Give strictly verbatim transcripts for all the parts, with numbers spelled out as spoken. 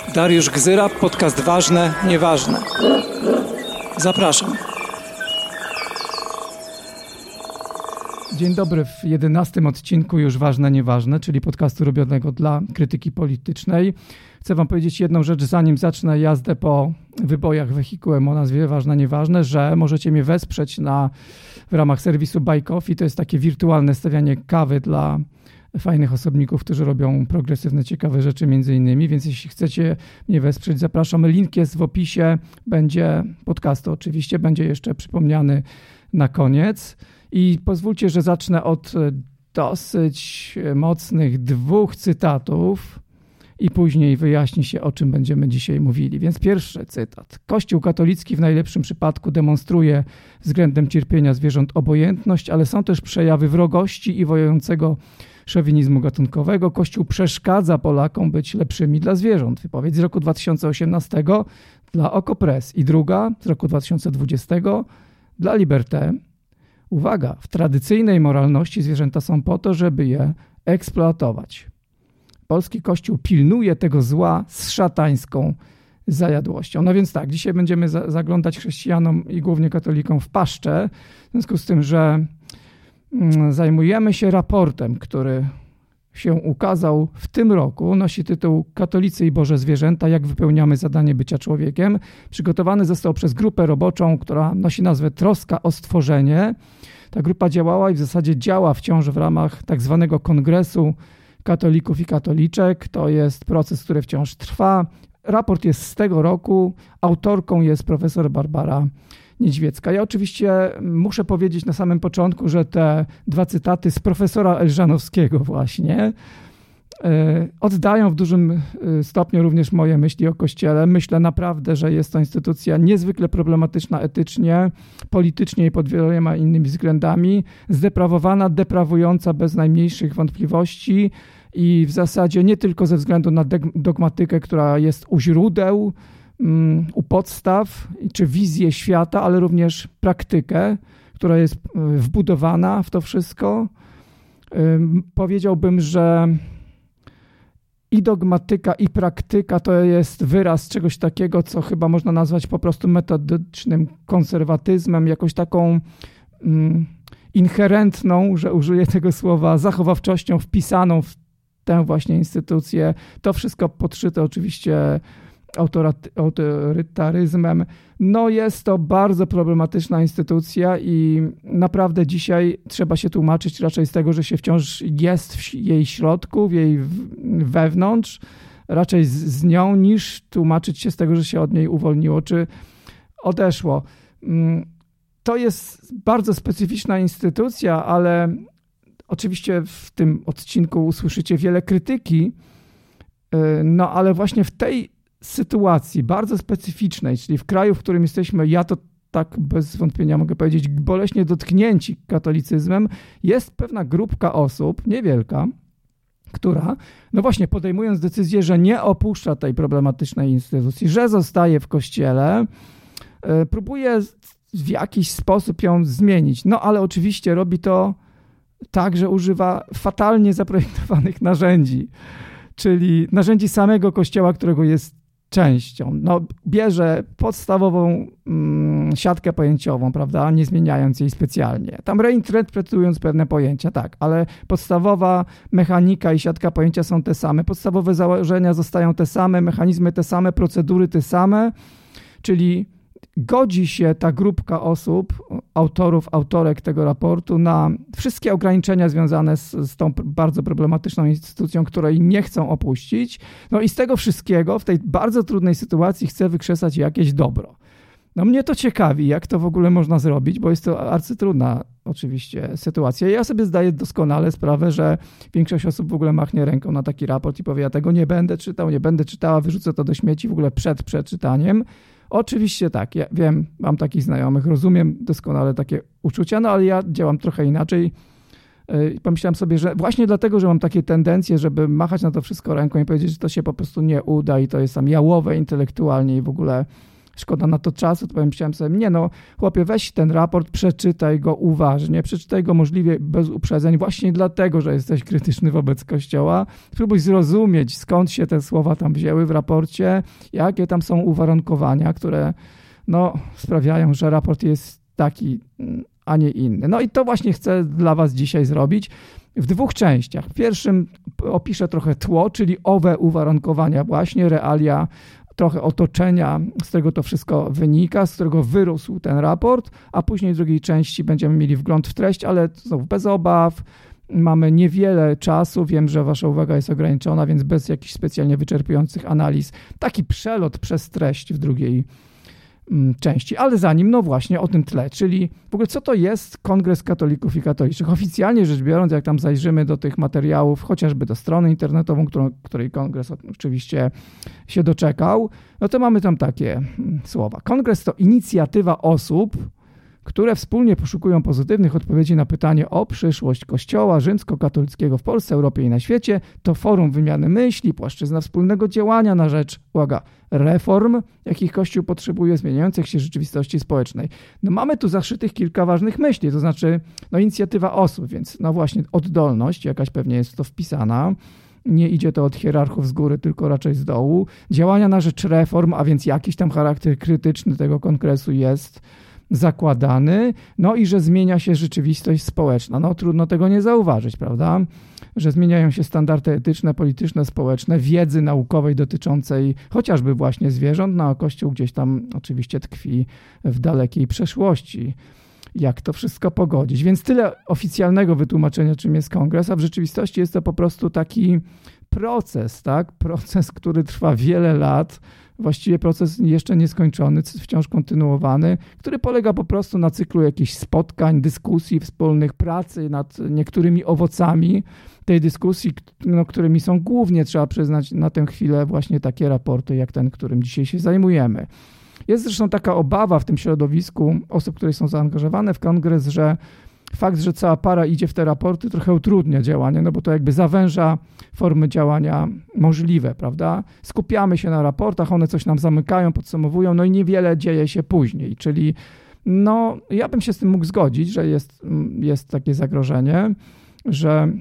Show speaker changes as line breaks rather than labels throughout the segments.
Dariusz Gzyra, podcast Ważne, Nieważne. Zapraszam. Dzień dobry w jedenastym odcinku Już Ważne, Nieważne, czyli podcastu robionego dla krytyki politycznej. Chcę wam powiedzieć jedną rzecz, zanim zacznę jazdę po wybojach wehikułem o nazwie Ważne, Nieważne, że możecie mnie wesprzeć na, w ramach serwisu Buy Coffee. To jest takie wirtualne stawianie kawy dla fajnych osobników, którzy robią progresywne, ciekawe rzeczy między innymi, więc jeśli chcecie mnie wesprzeć, zapraszam. Link jest w opisie, będzie podcastu oczywiście, będzie jeszcze przypomniany na koniec. I pozwólcie, że zacznę od dosyć mocnych dwóch cytatów i później wyjaśni się, o czym będziemy dzisiaj mówili. Więc pierwszy cytat. Kościół katolicki w najlepszym przypadku demonstruje względem cierpienia zwierząt obojętność, ale są też przejawy wrogości i wojującego szowinizmu gatunkowego. Kościół przeszkadza Polakom być lepszymi dla zwierząt. Wypowiedź z roku dwa tysiące osiemnastego dla Okopres i druga z roku dwa tysiące dwudziestego dla Liberté. Uwaga, w tradycyjnej moralności zwierzęta są po to, żeby je eksploatować. Polski Kościół pilnuje tego zła z szatańską zajadłością. No więc tak, dzisiaj będziemy za- zaglądać chrześcijanom i głównie katolikom w paszczę, w związku z tym, że mm, zajmujemy się raportem, który się ukazał w tym roku. Nosi tytuł Katolicy i Boże Zwierzęta, jak wypełniamy zadanie bycia człowiekiem. Przygotowany został przez grupę roboczą, która nosi nazwę Troska o stworzenie. Ta grupa działała i w zasadzie działa wciąż w ramach tak zwanego Kongresu Katolików i Katoliczek. To jest proces, który wciąż trwa. Raport jest z tego roku. Autorką jest profesor Barbara Niedźwiecka. Ja oczywiście muszę powiedzieć na samym początku, że te dwa cytaty z profesora Elżanowskiego właśnie oddają w dużym stopniu również moje myśli o Kościele. Myślę naprawdę, że jest to instytucja niezwykle problematyczna etycznie, politycznie i pod wieloma innymi względami, zdeprawowana, deprawująca bez najmniejszych wątpliwości i w zasadzie nie tylko ze względu na dogmatykę, która jest u źródeł, u podstaw czy wizję świata, ale również praktykę, która jest wbudowana w to wszystko. Powiedziałbym, że i dogmatyka, i praktyka to jest wyraz czegoś takiego, co chyba można nazwać po prostu metodycznym konserwatyzmem, jakąś taką mm, inherentną, że użyję tego słowa, zachowawczością wpisaną w tę właśnie instytucję. To wszystko podszyte oczywiście autorytaryzmem. No jest to bardzo problematyczna instytucja i naprawdę dzisiaj trzeba się tłumaczyć raczej z tego, że się wciąż jest w jej środku, w jej wewnątrz, raczej z, z nią, niż tłumaczyć się z tego, że się od niej uwolniło, czy odeszło. To jest bardzo specyficzna instytucja, ale oczywiście w tym odcinku usłyszycie wiele krytyki, no ale właśnie w tej sytuacji bardzo specyficznej, czyli w kraju, w którym jesteśmy, ja to tak bez wątpienia mogę powiedzieć, boleśnie dotknięci katolicyzmem, jest pewna grupka osób, niewielka, która, no właśnie podejmując decyzję, że nie opuszcza tej problematycznej instytucji, że zostaje w Kościele, próbuje w jakiś sposób ją zmienić. No ale oczywiście robi to tak, że używa fatalnie zaprojektowanych narzędzi, czyli narzędzi samego Kościoła, którego jest częścią. No, bierze podstawową mm, siatkę pojęciową, prawda, nie zmieniając jej specjalnie. Tam reinterpretując pewne pojęcia, tak, ale podstawowa mechanika i siatka pojęcia są te same. Podstawowe założenia zostają te same, mechanizmy te same, procedury te same, czyli godzi się ta grupka osób, autorów, autorek tego raportu na wszystkie ograniczenia związane z, z tą bardzo problematyczną instytucją, której nie chcą opuścić. No i z tego wszystkiego w tej bardzo trudnej sytuacji chce wykrzesać jakieś dobro. No mnie to ciekawi, jak to w ogóle można zrobić, bo jest to arcytrudna oczywiście sytuacja. Ja sobie zdaję doskonale sprawę, że większość osób w ogóle machnie ręką na taki raport i powie, ja tego nie będę czytał, nie będę czytała, wyrzucę to do śmieci w ogóle przed przeczytaniem. Oczywiście tak, ja wiem, mam takich znajomych, rozumiem doskonale takie uczucia, no ale ja działam trochę inaczej. Pomyślałem sobie, że właśnie dlatego, że mam takie tendencje, żeby machać na to wszystko ręką i powiedzieć, że to się po prostu nie uda i to jest tam jałowe intelektualnie i w ogóle szkoda na to czasu, to pomyślałem sobie, nie no, chłopie, weź ten raport, przeczytaj go uważnie, przeczytaj go możliwie bez uprzedzeń, właśnie dlatego, że jesteś krytyczny wobec Kościoła. Spróbuj zrozumieć, skąd się te słowa tam wzięły w raporcie, jakie tam są uwarunkowania, które no, sprawiają, że raport jest taki, a nie inny. No i to właśnie chcę dla was dzisiaj zrobić w dwóch częściach. W pierwszym opiszę trochę tło, czyli owe uwarunkowania właśnie, realia, trochę otoczenia, z którego to wszystko wynika, z którego wyrósł ten raport, a później w drugiej części będziemy mieli wgląd w treść, ale znowu bez obaw. Mamy niewiele czasu, wiem, że wasza uwaga jest ograniczona, więc bez jakichś specjalnie wyczerpujących analiz. Taki przelot przez treść w drugiej części, ale zanim, no właśnie o tym tle, czyli w ogóle co to jest Kongres Katolików i Katolicznych? Oficjalnie rzecz biorąc, jak tam zajrzymy do tych materiałów, chociażby do strony internetową, którą, której Kongres oczywiście się doczekał, no to mamy tam takie słowa. Kongres to inicjatywa osób, które wspólnie poszukują pozytywnych odpowiedzi na pytanie o przyszłość Kościoła rzymskokatolickiego w Polsce, Europie i na świecie. To forum wymiany myśli, płaszczyzna wspólnego działania na rzecz, uwaga, reform, jakich Kościół potrzebuje, zmieniających się rzeczywistości społecznej. No mamy tu zaszytych kilka ważnych myśli, to znaczy no, inicjatywa osób, więc no właśnie oddolność, jakaś pewnie jest to wpisana, nie idzie to od hierarchów z góry, tylko raczej z dołu. Działania na rzecz reform, a więc jakiś tam charakter krytyczny tego kongresu jest zakładany, no i że zmienia się rzeczywistość społeczna. No trudno tego nie zauważyć, prawda? Że zmieniają się standardy etyczne, polityczne, społeczne, wiedzy naukowej dotyczącej chociażby właśnie zwierząt, no a Kościół gdzieś tam oczywiście tkwi w dalekiej przeszłości. Jak to wszystko pogodzić? Więc tyle oficjalnego wytłumaczenia, czym jest kongres, a w rzeczywistości jest to po prostu taki proces, tak? Proces, który trwa wiele lat, właściwie proces jeszcze nieskończony, wciąż kontynuowany, który polega po prostu na cyklu jakichś spotkań, dyskusji wspólnych, pracy nad niektórymi owocami tej dyskusji, no, którymi są głównie, trzeba przyznać, na tę chwilę właśnie takie raporty, jak ten, którym dzisiaj się zajmujemy. Jest zresztą taka obawa w tym środowisku osób, które są zaangażowane w kongres, że fakt, że cała para idzie w te raporty, trochę utrudnia działanie, no bo to jakby zawęża formy działania możliwe, prawda? Skupiamy się na raportach, one coś nam zamykają, podsumowują, no i niewiele dzieje się później, czyli no ja bym się z tym mógł zgodzić, że jest, jest takie zagrożenie, że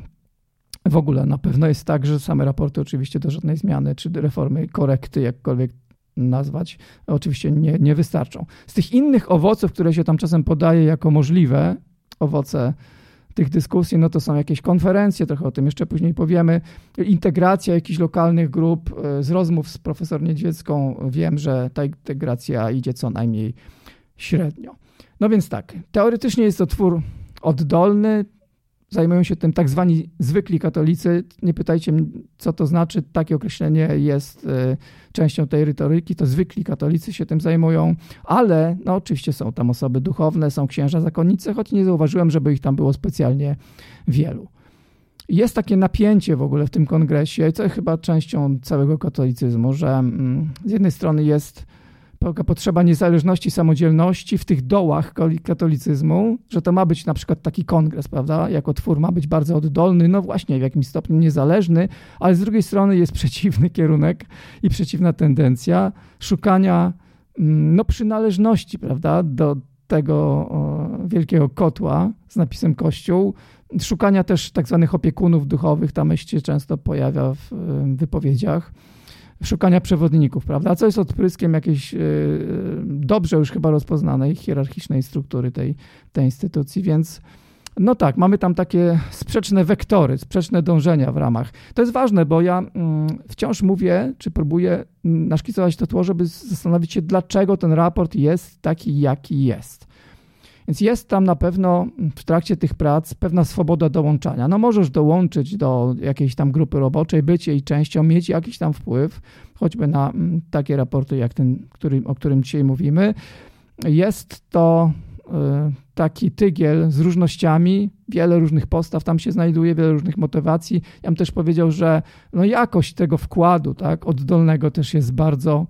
w ogóle na pewno jest tak, że same raporty oczywiście do żadnej zmiany czy do reformy, korekty, jakkolwiek nazwać, oczywiście nie, nie wystarczą. Z tych innych owoców, które się tam czasem podaje jako możliwe, owoce tych dyskusji, no to są jakieś konferencje, trochę o tym jeszcze później powiemy, integracja jakichś lokalnych grup. Z rozmów z profesor Niedźwiecką wiem, że ta integracja idzie co najmniej średnio. No więc tak, teoretycznie jest to twór oddolny, zajmują się tym tak zwani zwykli katolicy. Nie pytajcie mnie, co to znaczy. Takie określenie jest y, częścią tej retoryki. To zwykli katolicy się tym zajmują, ale no oczywiście są tam osoby duchowne, są księża zakonnice, choć nie zauważyłem, żeby ich tam było specjalnie wielu. Jest takie napięcie w ogóle w tym kongresie, co jest chyba częścią całego katolicyzmu, że mm, z jednej strony jest potrzeba niezależności, samodzielności w tych dołach katolicyzmu, że to ma być na przykład taki kongres, prawda? Jako twór ma być bardzo oddolny, no właśnie w jakimś stopniu niezależny, ale z drugiej strony jest przeciwny kierunek i przeciwna tendencja szukania no, przynależności, prawda? Do tego o, wielkiego kotła z napisem Kościół, szukania też tak zwanych opiekunów duchowych, ta myśl się często pojawia w wypowiedziach, szukania przewodników, prawda? Co jest odpryskiem jakiejś yy, dobrze już chyba rozpoznanej hierarchicznej struktury tej, tej instytucji, więc no tak, mamy tam takie sprzeczne wektory, sprzeczne dążenia w ramach. To jest ważne, bo ja mm, wciąż mówię, czy próbuję naszkicować to tło, żeby zastanowić się, dlaczego ten raport jest taki, jaki jest. Więc jest tam na pewno w trakcie tych prac pewna swoboda dołączania. No możesz dołączyć do jakiejś tam grupy roboczej, być jej częścią, mieć jakiś tam wpływ, choćby na takie raporty jak ten, który, o którym dzisiaj mówimy. Jest to y, taki tygiel z różnościami, wiele różnych postaw tam się znajduje, wiele różnych motywacji. Ja bym też powiedział, że no jakość tego wkładu, tak, oddolnego też jest bardzo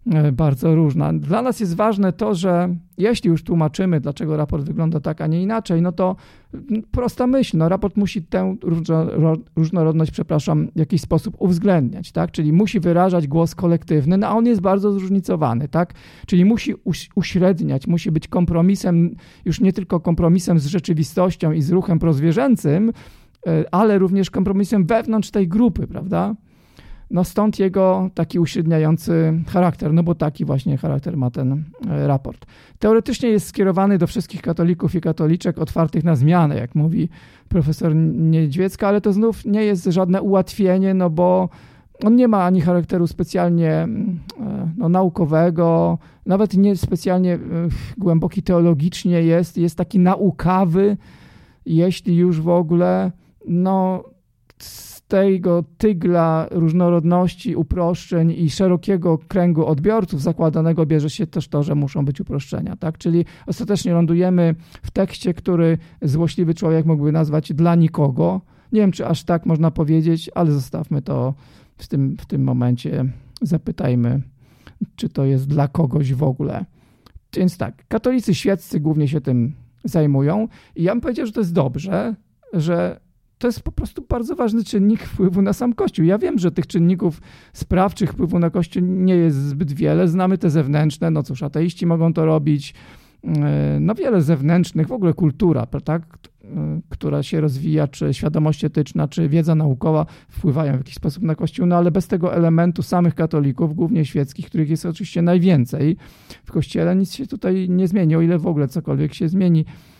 bardzo różna. Dla nas jest ważne to, że jeśli już tłumaczymy, dlaczego raport wygląda tak, a nie inaczej, no to prosta myśl, no raport musi tę różnorodność, przepraszam, w jakiś sposób uwzględniać, tak? Czyli musi wyrażać głos kolektywny, no a on jest bardzo zróżnicowany, tak? Czyli musi uśredniać, musi być kompromisem, już nie tylko kompromisem z rzeczywistością i z ruchem prozwierzęcym, ale również kompromisem wewnątrz tej grupy, prawda? No stąd jego taki uśredniający charakter, no bo taki właśnie charakter ma ten raport. Teoretycznie jest skierowany do wszystkich katolików i katoliczek otwartych na zmianę, jak mówi profesor Niedźwiecka, ale to znów nie jest żadne ułatwienie, no bo on nie ma ani charakteru specjalnie no, naukowego, nawet nie specjalnie głęboki teologicznie jest, jest taki naukawy, jeśli już w ogóle, no tego tygla różnorodności, uproszczeń i szerokiego kręgu odbiorców zakładanego bierze się też to, że muszą być uproszczenia, tak? Czyli ostatecznie lądujemy w tekście, który złośliwy człowiek mógłby nazwać dla nikogo. Nie wiem, czy aż tak można powiedzieć, ale zostawmy to w tym, w tym momencie. Zapytajmy, czy to jest dla kogoś w ogóle. Więc tak, katolicy świeccy głównie się tym zajmują i ja bym powiedział, że to jest dobrze, że to jest po prostu bardzo ważny czynnik wpływu na sam Kościół. Ja wiem, że tych czynników sprawczych wpływu na Kościół nie jest zbyt wiele. Znamy te zewnętrzne, no cóż, ateiści mogą to robić. No wiele zewnętrznych, w ogóle kultura, tak, która się rozwija, czy świadomość etyczna, czy wiedza naukowa wpływają w jakiś sposób na Kościół, no ale bez tego elementu samych katolików, głównie świeckich, których jest oczywiście najwięcej w Kościele, nic się tutaj nie zmieni, o ile w ogóle cokolwiek się zmieni.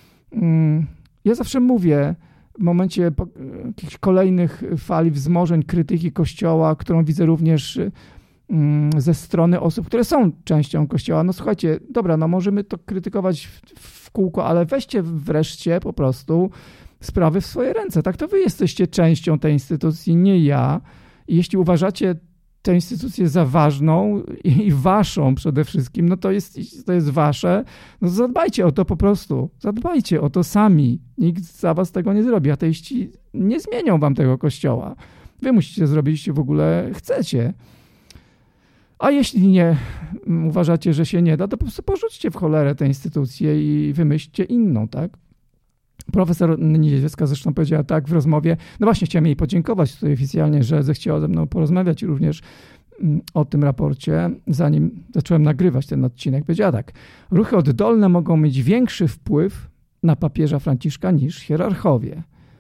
Ja zawsze mówię, w momencie jakichś kolejnych fali wzmożeń krytyki Kościoła, którą widzę również ze strony osób, które są częścią Kościoła. No słuchajcie, dobra, no możemy to krytykować w, w kółko, ale weźcie wreszcie po prostu sprawy w swoje ręce. Tak, to wy jesteście częścią tej instytucji, nie ja. I jeśli uważacie tę instytucję za ważną i waszą przede wszystkim, no to jest, to jest wasze, no zadbajcie o to po prostu. Zadbajcie o to sami. Nikt za was tego nie zrobi. Ateiści nie zmienią wam tego Kościoła. Wy musicie zrobić, jeśli w ogóle chcecie. A jeśli nie uważacie, że się nie da, to po prostu porzućcie w cholerę tę instytucję i wymyślcie inną, tak? Profesor Niedźwiecka zresztą powiedziała tak w rozmowie, no właśnie chciałem jej podziękować tutaj oficjalnie, że zechciała ze mną porozmawiać również o tym raporcie, zanim zacząłem nagrywać ten odcinek. Powiedziała tak, ruchy oddolne mogą mieć większy wpływ na papieża Franciszka niż hierarchowie.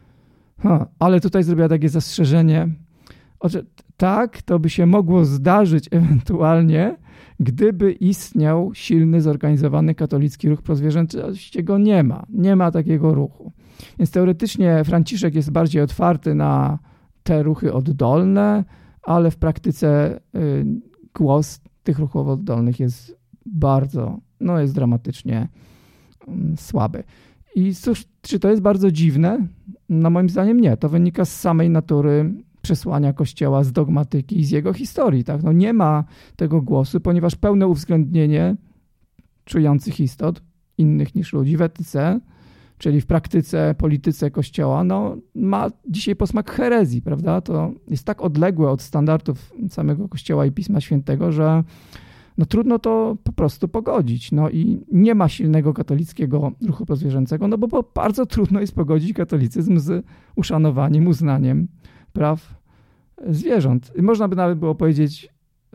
Ha, ale tutaj zrobiła takie zastrzeżenie, że tak, to by się mogło zdarzyć ewentualnie, gdyby istniał silny, zorganizowany katolicki ruch prozwierzęcy. Oczywiście go nie ma. Nie ma takiego ruchu. Więc teoretycznie Franciszek jest bardziej otwarty na te ruchy oddolne, ale w praktyce y, głos tych ruchów oddolnych jest bardzo, no jest dramatycznie y, słaby. I cóż, czy to jest bardzo dziwne? No moim zdaniem nie. To wynika z samej natury przesłania Kościoła, z dogmatyki i z jego historii. Tak? No nie ma tego głosu, ponieważ pełne uwzględnienie czujących istot, innych niż ludzi w etyce, czyli w praktyce, polityce Kościoła, no, ma dzisiaj posmak herezji, prawda? To jest tak odległe od standardów samego Kościoła i Pisma Świętego, że no, trudno to po prostu pogodzić. No i nie ma silnego katolickiego ruchu prozwierzęcego, no bo, bo bardzo trudno jest pogodzić katolicyzm z uszanowaniem, uznaniem praw zwierząt. I można by nawet było powiedzieć,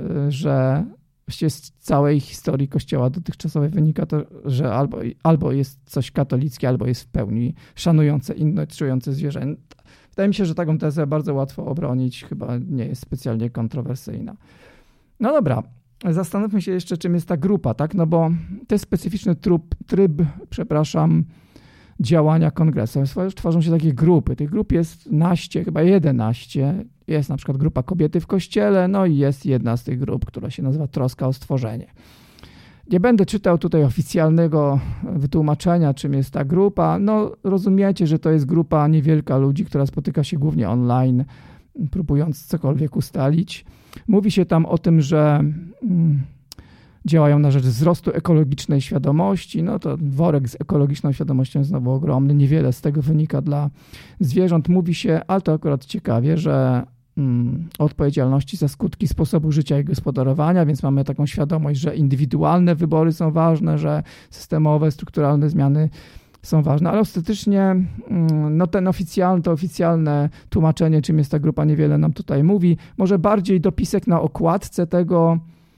że właściwie z całej historii Kościoła dotychczasowej wynika to, że albo, albo jest coś katolickie, albo jest w pełni szanujące inne, czujące zwierzęta. Wydaje mi się, że taką tezę bardzo łatwo obronić, chyba nie jest specjalnie kontrowersyjna. No dobra, zastanówmy się jeszcze, czym jest ta grupa, tak? No bo to jest specyficzny tryb, tryb przepraszam, działania kongresu. Tworzą się takie grupy. Tych grup jest naście, chyba jedenaście. Jest na przykład grupa Kobiety w Kościele, no i jest jedna z tych grup, która się nazywa Troska o Stworzenie. Nie będę czytał tutaj oficjalnego wytłumaczenia, czym jest ta grupa. No rozumiecie, że to jest grupa niewielka ludzi, która spotyka się głównie online, próbując cokolwiek ustalić. Mówi się tam o tym, że Hmm, działają na rzecz wzrostu ekologicznej świadomości. No to worek z ekologiczną świadomością jest znowu ogromny. Niewiele z tego wynika dla zwierząt. Mówi się, ale to akurat ciekawie, że mm, odpowiedzialności za skutki sposobu życia i gospodarowania, więc mamy taką świadomość, że indywidualne wybory są ważne, że systemowe, strukturalne zmiany są ważne, ale ostatecznie no ten oficjalny, to oficjalne tłumaczenie, czym jest ta grupa, niewiele nam tutaj mówi. Może bardziej dopisek na okładce tego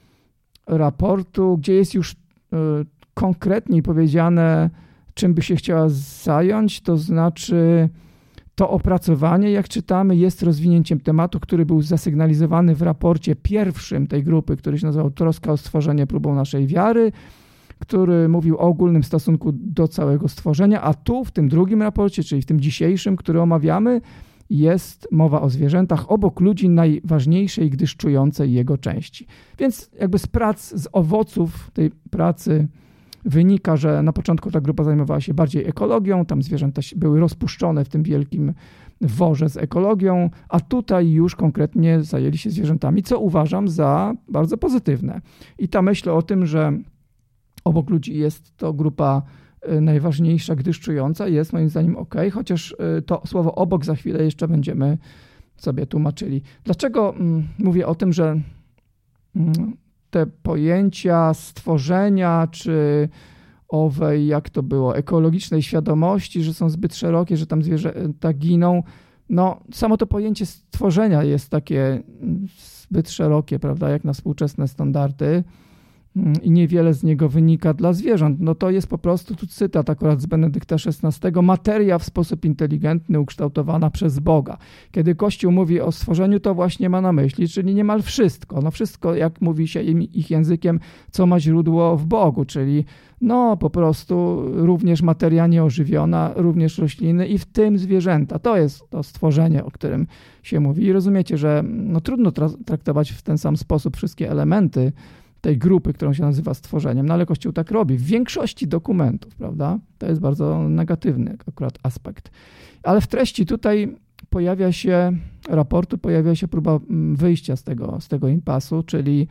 raportu, gdzie jest już y, konkretniej powiedziane, czym by się chciała zająć, to znaczy to opracowanie, jak czytamy, jest rozwinięciem tematu, który był zasygnalizowany w raporcie pierwszym tej grupy, który się nazywał Troska o stworzenie próbą naszej wiary, który mówił o ogólnym stosunku do całego stworzenia, a tu w tym drugim raporcie, czyli w tym dzisiejszym, który omawiamy, jest mowa o zwierzętach obok ludzi najważniejszej, gdyż czującej jego części. Więc jakby z prac, z owoców tej pracy wynika, że na początku ta grupa zajmowała się bardziej ekologią, tam zwierzęta były rozpuszczone w tym wielkim worze z ekologią, a tutaj już konkretnie zajęli się zwierzętami, co uważam za bardzo pozytywne. I ta myśl o tym, że obok ludzi jest to grupa najważniejsza, gdyż czująca, jest moim zdaniem ok, chociaż to słowo obok za chwilę jeszcze będziemy sobie tłumaczyli. Dlaczego mówię o tym, że te pojęcia stworzenia, czy owej, jak to było, ekologicznej świadomości, że są zbyt szerokie, że tam zwierzęta giną, no samo to pojęcie stworzenia jest takie zbyt szerokie, prawda, jak na współczesne standardy, i niewiele z niego wynika dla zwierząt. No to jest po prostu, tu cytat akurat z Benedykta szesnastego, materia w sposób inteligentny ukształtowana przez Boga. Kiedy Kościół mówi o stworzeniu, to właśnie ma na myśli, czyli niemal wszystko. No wszystko, jak mówi się im, ich językiem, co ma źródło w Bogu, czyli no po prostu również materia nieożywiona, również rośliny i w tym zwierzęta. To jest to stworzenie, o którym się mówi. I rozumiecie, że no trudno tra- traktować w ten sam sposób wszystkie elementy tej grupy, którą się nazywa stworzeniem, no ale Kościół tak robi. W większości dokumentów, prawda? To jest bardzo negatywny akurat aspekt. Ale w treści tutaj pojawia się, raportu pojawia się próba wyjścia z tego, z tego impasu, czyli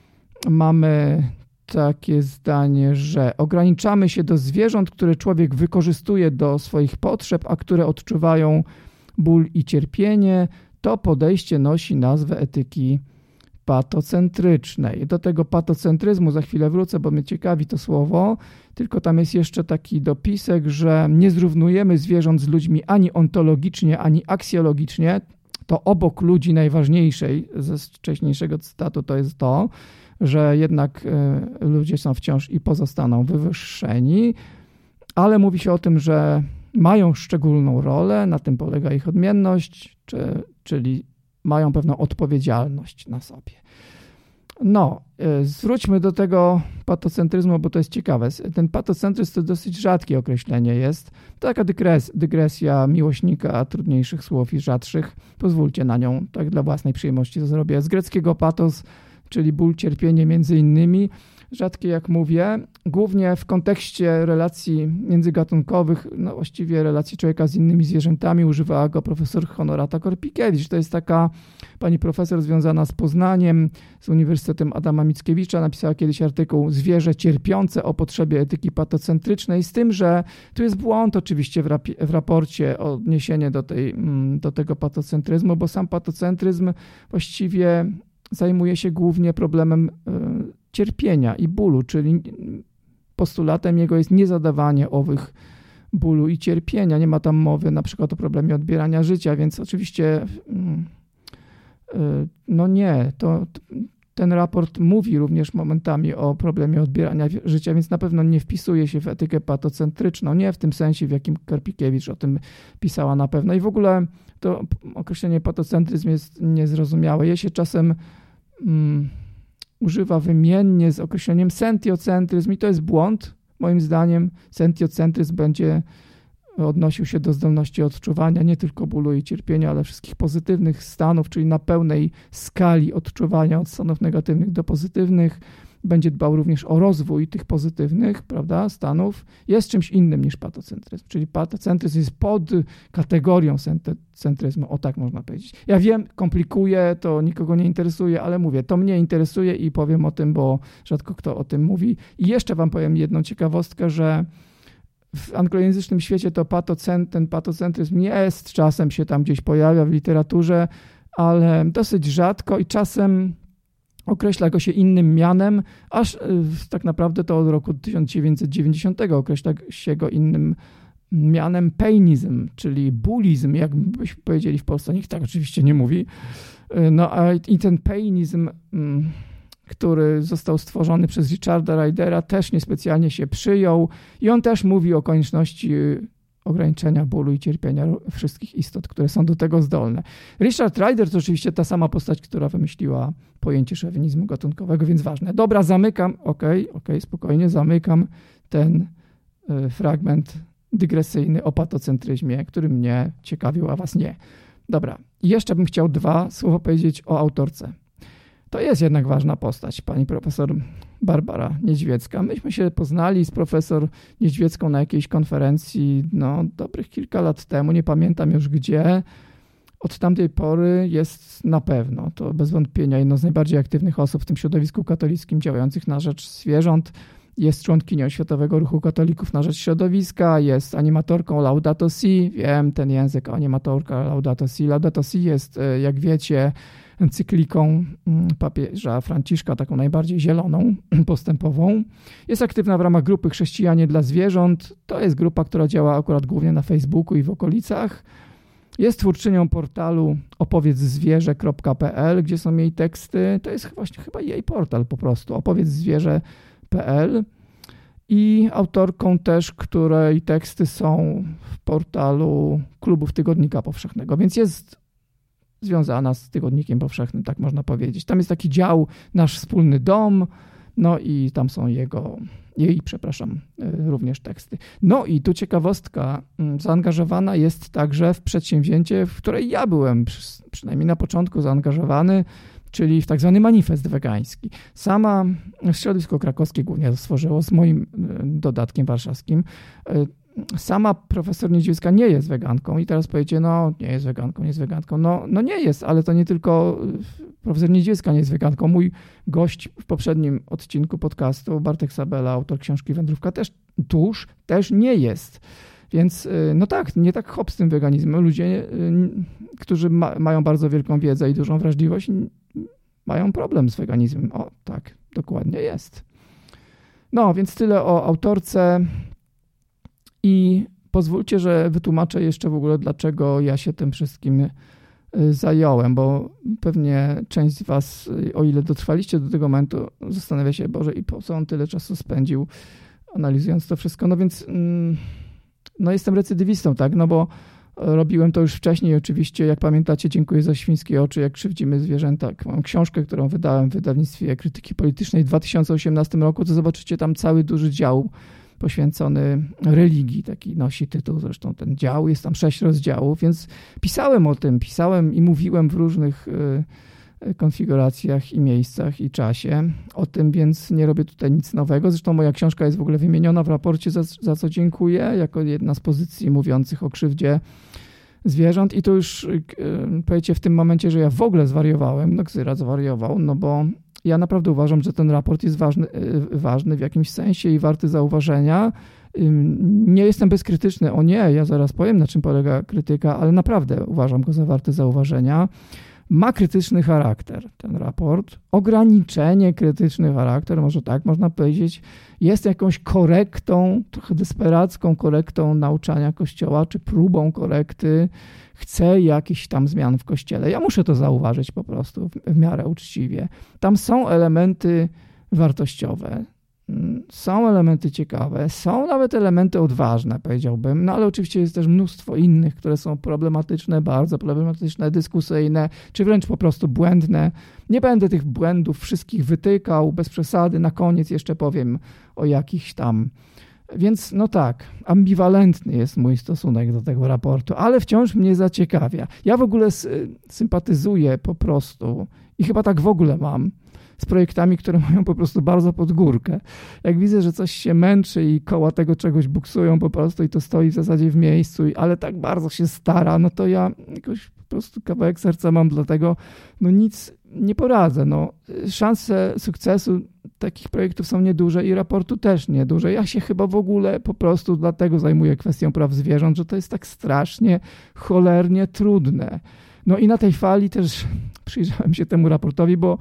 mamy takie zdanie, że ograniczamy się do zwierząt, które człowiek wykorzystuje do swoich potrzeb, a które odczuwają ból i cierpienie. To podejście nosi nazwę etyki patocentrycznej. Do tego patocentryzmu za chwilę wrócę, bo mnie ciekawi to słowo, tylko tam jest jeszcze taki dopisek, że nie zrównujemy zwierząt z ludźmi ani ontologicznie, ani aksjologicznie. To obok ludzi najważniejszej ze wcześniejszego cytatu to jest to, że jednak y, ludzie są wciąż i pozostaną wywyższeni, ale mówi się o tym, że mają szczególną rolę, na tym polega ich odmienność, czy, czyli mają pewną odpowiedzialność na sobie. No, zwróćmy do tego patocentryzmu, bo to jest ciekawe. Ten patocentryzm to dosyć rzadkie określenie jest. To taka dygres, dygresja miłośnika trudniejszych słów i rzadszych. Pozwólcie na nią, tak dla własnej przyjemności to zrobię. Z greckiego patos, czyli ból, cierpienie między innymi. Rzadkie, jak mówię, głównie w kontekście relacji międzygatunkowych, no właściwie relacji człowieka z innymi zwierzętami, używała go profesor Honorata Korpikiewicz. To jest taka pani profesor związana z Poznaniem, z Uniwersytetem Adama Mickiewicza. Napisała kiedyś artykuł Zwierzę cierpiące o potrzebie etyki patocentrycznej, z tym, że tu jest błąd oczywiście w, rap- w raporcie odniesienie do, tej, do tego patocentryzmu, bo sam patocentryzm właściwie zajmuje się głównie problemem y, cierpienia i bólu, czyli postulatem jego jest niezadawanie owych bólu i cierpienia. Nie ma tam mowy na przykład o problemie odbierania życia, więc oczywiście no nie, to ten raport mówi również momentami o problemie odbierania życia, więc na pewno nie wpisuje się w etykę patocentryczną, nie w tym sensie, w jakim Karpikiewicz o tym pisała na pewno. I w ogóle to określenie patocentryzm jest niezrozumiałe. Je się czasem mm, używa wymiennie z określeniem sentiocentryzm i to jest błąd. Moim zdaniem sentiocentryzm będzie odnosił się do zdolności odczuwania nie tylko bólu i cierpienia, ale wszystkich pozytywnych stanów, czyli na pełnej skali odczuwania od stanów negatywnych do pozytywnych. Będzie dbał również o rozwój tych pozytywnych, prawda, stanów. Jest czymś innym niż patocentryzm, czyli patocentryzm jest pod kategorią centryzmu, o tak można powiedzieć. Ja wiem, komplikuję, to nikogo nie interesuje, ale mówię, to mnie interesuje i powiem o tym, bo rzadko kto o tym mówi. I jeszcze wam powiem jedną ciekawostkę, że w anglojęzycznym świecie to patocent, ten patocentryzm jest, czasem się tam gdzieś pojawia w literaturze, ale dosyć rzadko i czasem określa go się innym mianem, aż tak naprawdę to od roku tysiąc dziewięćset dziewięćdziesiątego określa się go innym mianem painism, czyli bullizm, jak byśmy powiedzieli w Polsce. Nikt tak oczywiście nie mówi. No a i ten painizm, który został stworzony przez Richarda Rydera, też niespecjalnie się przyjął i on też mówi o konieczności ograniczenia bólu i cierpienia wszystkich istot, które są do tego zdolne. Richard Ryder to oczywiście ta sama postać, która wymyśliła pojęcie szowinizmu gatunkowego, więc ważne. Dobra, zamykam, okej, okay, okej, okay, spokojnie, zamykam ten y, fragment dygresyjny o patocentryzmie, który mnie ciekawił, a was nie. Dobra, i jeszcze bym chciał dwa słowa powiedzieć o autorce. To jest jednak ważna postać, pani profesor Barbara Niedźwiecka. Myśmy się poznali z profesor Niedźwiecką na jakiejś konferencji, no dobrych kilka lat temu, nie pamiętam już gdzie. Od tamtej pory jest na pewno, to bez wątpienia, jedno z najbardziej aktywnych osób w tym środowisku katolickim działających na rzecz zwierząt. Jest członkinią Światowego Ruchu Katolików na rzecz Środowiska, jest animatorką Laudato Si. Wiem, ten język, animatorka Laudato Si. Laudato Si jest, jak wiecie, encykliką papieża Franciszka, taką najbardziej zieloną, postępową. Jest aktywna w ramach grupy Chrześcijanie dla Zwierząt. To jest grupa, która działa akurat głównie na Facebooku i w okolicach. Jest twórczynią portalu opowiedz zwierzę kropka p l, gdzie są jej teksty. To jest właśnie chyba jej portal po prostu, opowiedz zwierzę kropka p l. I autorką też, której teksty są w portalu Klubów Tygodnika Powszechnego, więc jest związana z Tygodnikiem Powszechnym, tak można powiedzieć. Tam jest taki dział Nasz Wspólny Dom, no i tam są jego, jej, przepraszam, również teksty. No i tu ciekawostka, zaangażowana jest także w przedsięwzięcie, w której ja byłem przynajmniej na początku zaangażowany, czyli w tak zwany manifest wegański. Sama środowisko krakowskie głównie stworzyło z moim dodatkiem warszawskim. Sama profesor Niedźwiecka nie jest weganką i teraz powiecie, no nie jest weganką, nie jest weganką. No, no nie jest, ale to nie tylko profesor Niedźwiecka nie jest weganką. Mój gość w poprzednim odcinku podcastu, Bartek Sabela, autor książki Wędrówka też, tuż też nie jest. Więc no tak, nie tak hop z tym weganizmem. Ludzie, którzy ma, mają bardzo wielką wiedzę i dużą wrażliwość, mają problem z weganizmem. O, tak, dokładnie jest. No, więc tyle o autorce i pozwólcie, że wytłumaczę jeszcze w ogóle, dlaczego ja się tym wszystkim zająłem, bo pewnie część z was, o ile dotrwaliście do tego momentu, zastanawia się, Boże, i po co on tyle czasu spędził analizując to wszystko. No więc no jestem recydywistą, tak, no bo robiłem to już wcześniej oczywiście, jak pamiętacie, Dziękuję za świńskie oczy, jak krzywdzimy zwierzęta. Mam książkę, którą wydałem w wydawnictwie Krytyki Politycznej w dwa tysiące osiemnastym roku, to zobaczycie tam cały duży dział poświęcony religii, taki nosi tytuł, zresztą ten dział, jest tam sześć rozdziałów, więc pisałem o tym, pisałem i mówiłem w różnych y, konfiguracjach i miejscach i czasie o tym, więc nie robię tutaj nic nowego. Zresztą moja książka jest w ogóle wymieniona w raporcie, za, za co dziękuję, jako jedna z pozycji mówiących o krzywdzie zwierząt i to już y, powiecie w tym momencie, że ja w ogóle zwariowałem, no Gzyra zwariował, no bo ja naprawdę uważam, że ten raport jest ważny, ważny w jakimś sensie i warty zauważenia. Nie jestem bezkrytyczny, o nie, ja zaraz powiem, na czym polega krytyka, ale naprawdę uważam go za warty zauważenia. Ma krytyczny charakter ten raport, ograniczenie krytyczny charakter, może tak można powiedzieć, jest jakąś korektą, trochę desperacką korektą nauczania Kościoła, czy próbą korekty, chce jakichś tam zmian w Kościele. Ja muszę to zauważyć po prostu w, w miarę uczciwie. Tam są elementy wartościowe, są elementy ciekawe, są nawet elementy odważne, powiedziałbym, no ale oczywiście jest też mnóstwo innych, które są problematyczne, bardzo problematyczne, dyskusyjne, czy wręcz po prostu błędne. Nie będę tych błędów wszystkich wytykał, bez przesady, na koniec jeszcze powiem o jakichś tam. Więc no tak, ambiwalentny jest mój stosunek do tego raportu, ale wciąż mnie zaciekawia. Ja w ogóle sympatyzuję po prostu i chyba tak w ogóle mam z projektami, które mają po prostu bardzo pod górkę. Jak widzę, że coś się męczy i koła tego czegoś buksują po prostu i to stoi w zasadzie w miejscu, ale tak bardzo się stara, no to ja jakoś po prostu kawałek serca mam, dlatego no nic nie poradzę. No, szanse sukcesu takich projektów są nieduże i raportu też nieduże. Ja się chyba w ogóle po prostu dlatego zajmuję kwestią praw zwierząt, że to jest tak strasznie, cholernie trudne. No i na tej fali też przyjrzałem się temu raportowi, bo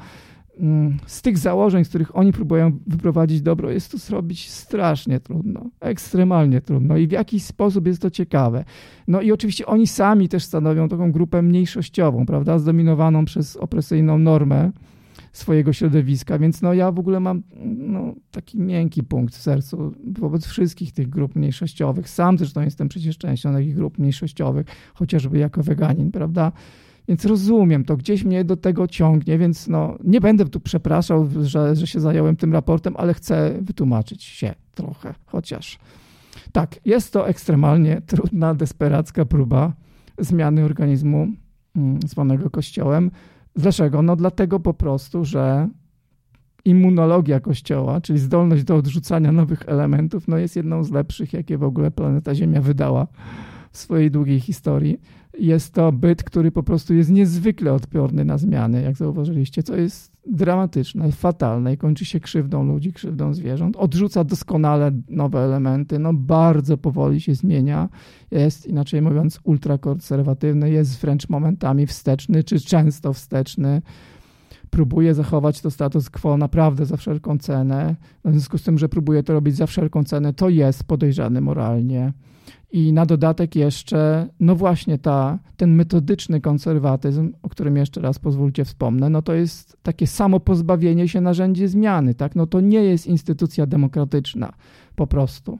z tych założeń, z których oni próbują wyprowadzić dobro, jest to zrobić strasznie trudno, ekstremalnie trudno i w jakiś sposób jest to ciekawe. No i oczywiście oni sami też stanowią taką grupę mniejszościową, prawda, zdominowaną przez opresyjną normę swojego środowiska, więc no ja w ogóle mam no, taki miękki punkt w sercu wobec wszystkich tych grup mniejszościowych. Sam zresztą jestem przecież częścią takich grup mniejszościowych, chociażby jako weganin, prawda? Więc rozumiem to, gdzieś mnie do tego ciągnie, więc no, nie będę tu przepraszał, że, że się zająłem tym raportem, ale chcę wytłumaczyć się trochę, chociaż. Tak, jest to ekstremalnie trudna, desperacka próba zmiany organizmu mm, zwanego Kościołem. Dlaczego? No dlatego po prostu, że immunologia Kościoła, czyli zdolność do odrzucania nowych elementów, no jest jedną z lepszych, jakie w ogóle planeta Ziemia wydała w swojej długiej historii. Jest to byt, który po prostu jest niezwykle odporny na zmiany, jak zauważyliście, co jest dramatyczne, fatalne i kończy się krzywdą ludzi, krzywdą zwierząt. Odrzuca doskonale nowe elementy, no bardzo powoli się zmienia. Jest, inaczej mówiąc, ultrakonserwatywny, jest wręcz momentami wsteczny, czy często wsteczny. Próbuje zachować to status quo naprawdę za wszelką cenę. W związku z tym, że próbuje to robić za wszelką cenę, to jest podejrzany moralnie. I na dodatek jeszcze, no właśnie ta, ten metodyczny konserwatyzm, o którym jeszcze raz pozwólcie wspomnę, no to jest takie samo pozbawienie się narzędzi zmiany, tak? No to nie jest instytucja demokratyczna po prostu.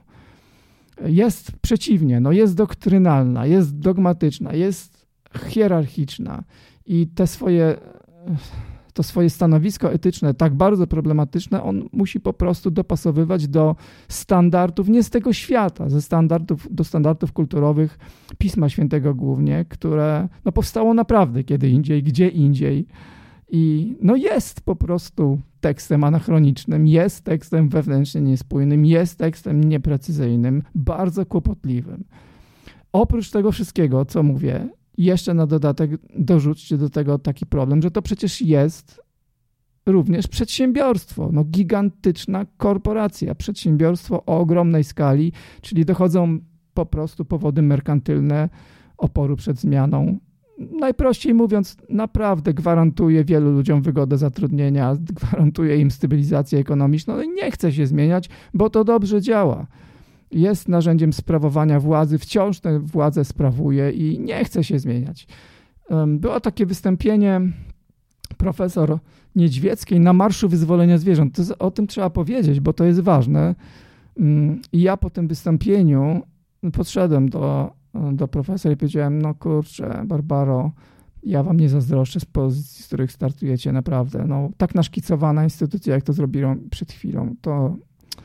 Jest przeciwnie, no jest doktrynalna, jest dogmatyczna, jest hierarchiczna i te swoje... to swoje stanowisko etyczne, tak bardzo problematyczne, on musi po prostu dopasowywać do standardów, nie z tego świata, ze standardów, do standardów kulturowych Pisma Świętego głównie, które no, powstało naprawdę kiedy indziej, gdzie indziej. I no jest po prostu tekstem anachronicznym, jest tekstem wewnętrznie niespójnym, jest tekstem nieprecyzyjnym, bardzo kłopotliwym. Oprócz tego wszystkiego, co mówię, jeszcze na dodatek dorzućcie do tego taki problem, że to przecież jest również przedsiębiorstwo, no gigantyczna korporacja, przedsiębiorstwo o ogromnej skali, czyli dochodzą po prostu powody merkantylne oporu przed zmianą. Najprościej mówiąc, naprawdę gwarantuje wielu ludziom wygodę zatrudnienia, gwarantuje im stabilizację ekonomiczną, no i nie chce się zmieniać, bo to dobrze działa. Jest narzędziem sprawowania władzy, wciąż tę władzę sprawuje i nie chce się zmieniać. Było takie wystąpienie profesor Niedźwieckiej na Marszu Wyzwolenia Zwierząt. To, o tym trzeba powiedzieć, bo to jest ważne. I ja po tym wystąpieniu podszedłem do, do profesora i powiedziałem, no kurczę, Barbaro, ja wam nie zazdroszczę z pozycji, z których startujecie, naprawdę. No, tak naszkicowana instytucja, jak to zrobiłem przed chwilą, to...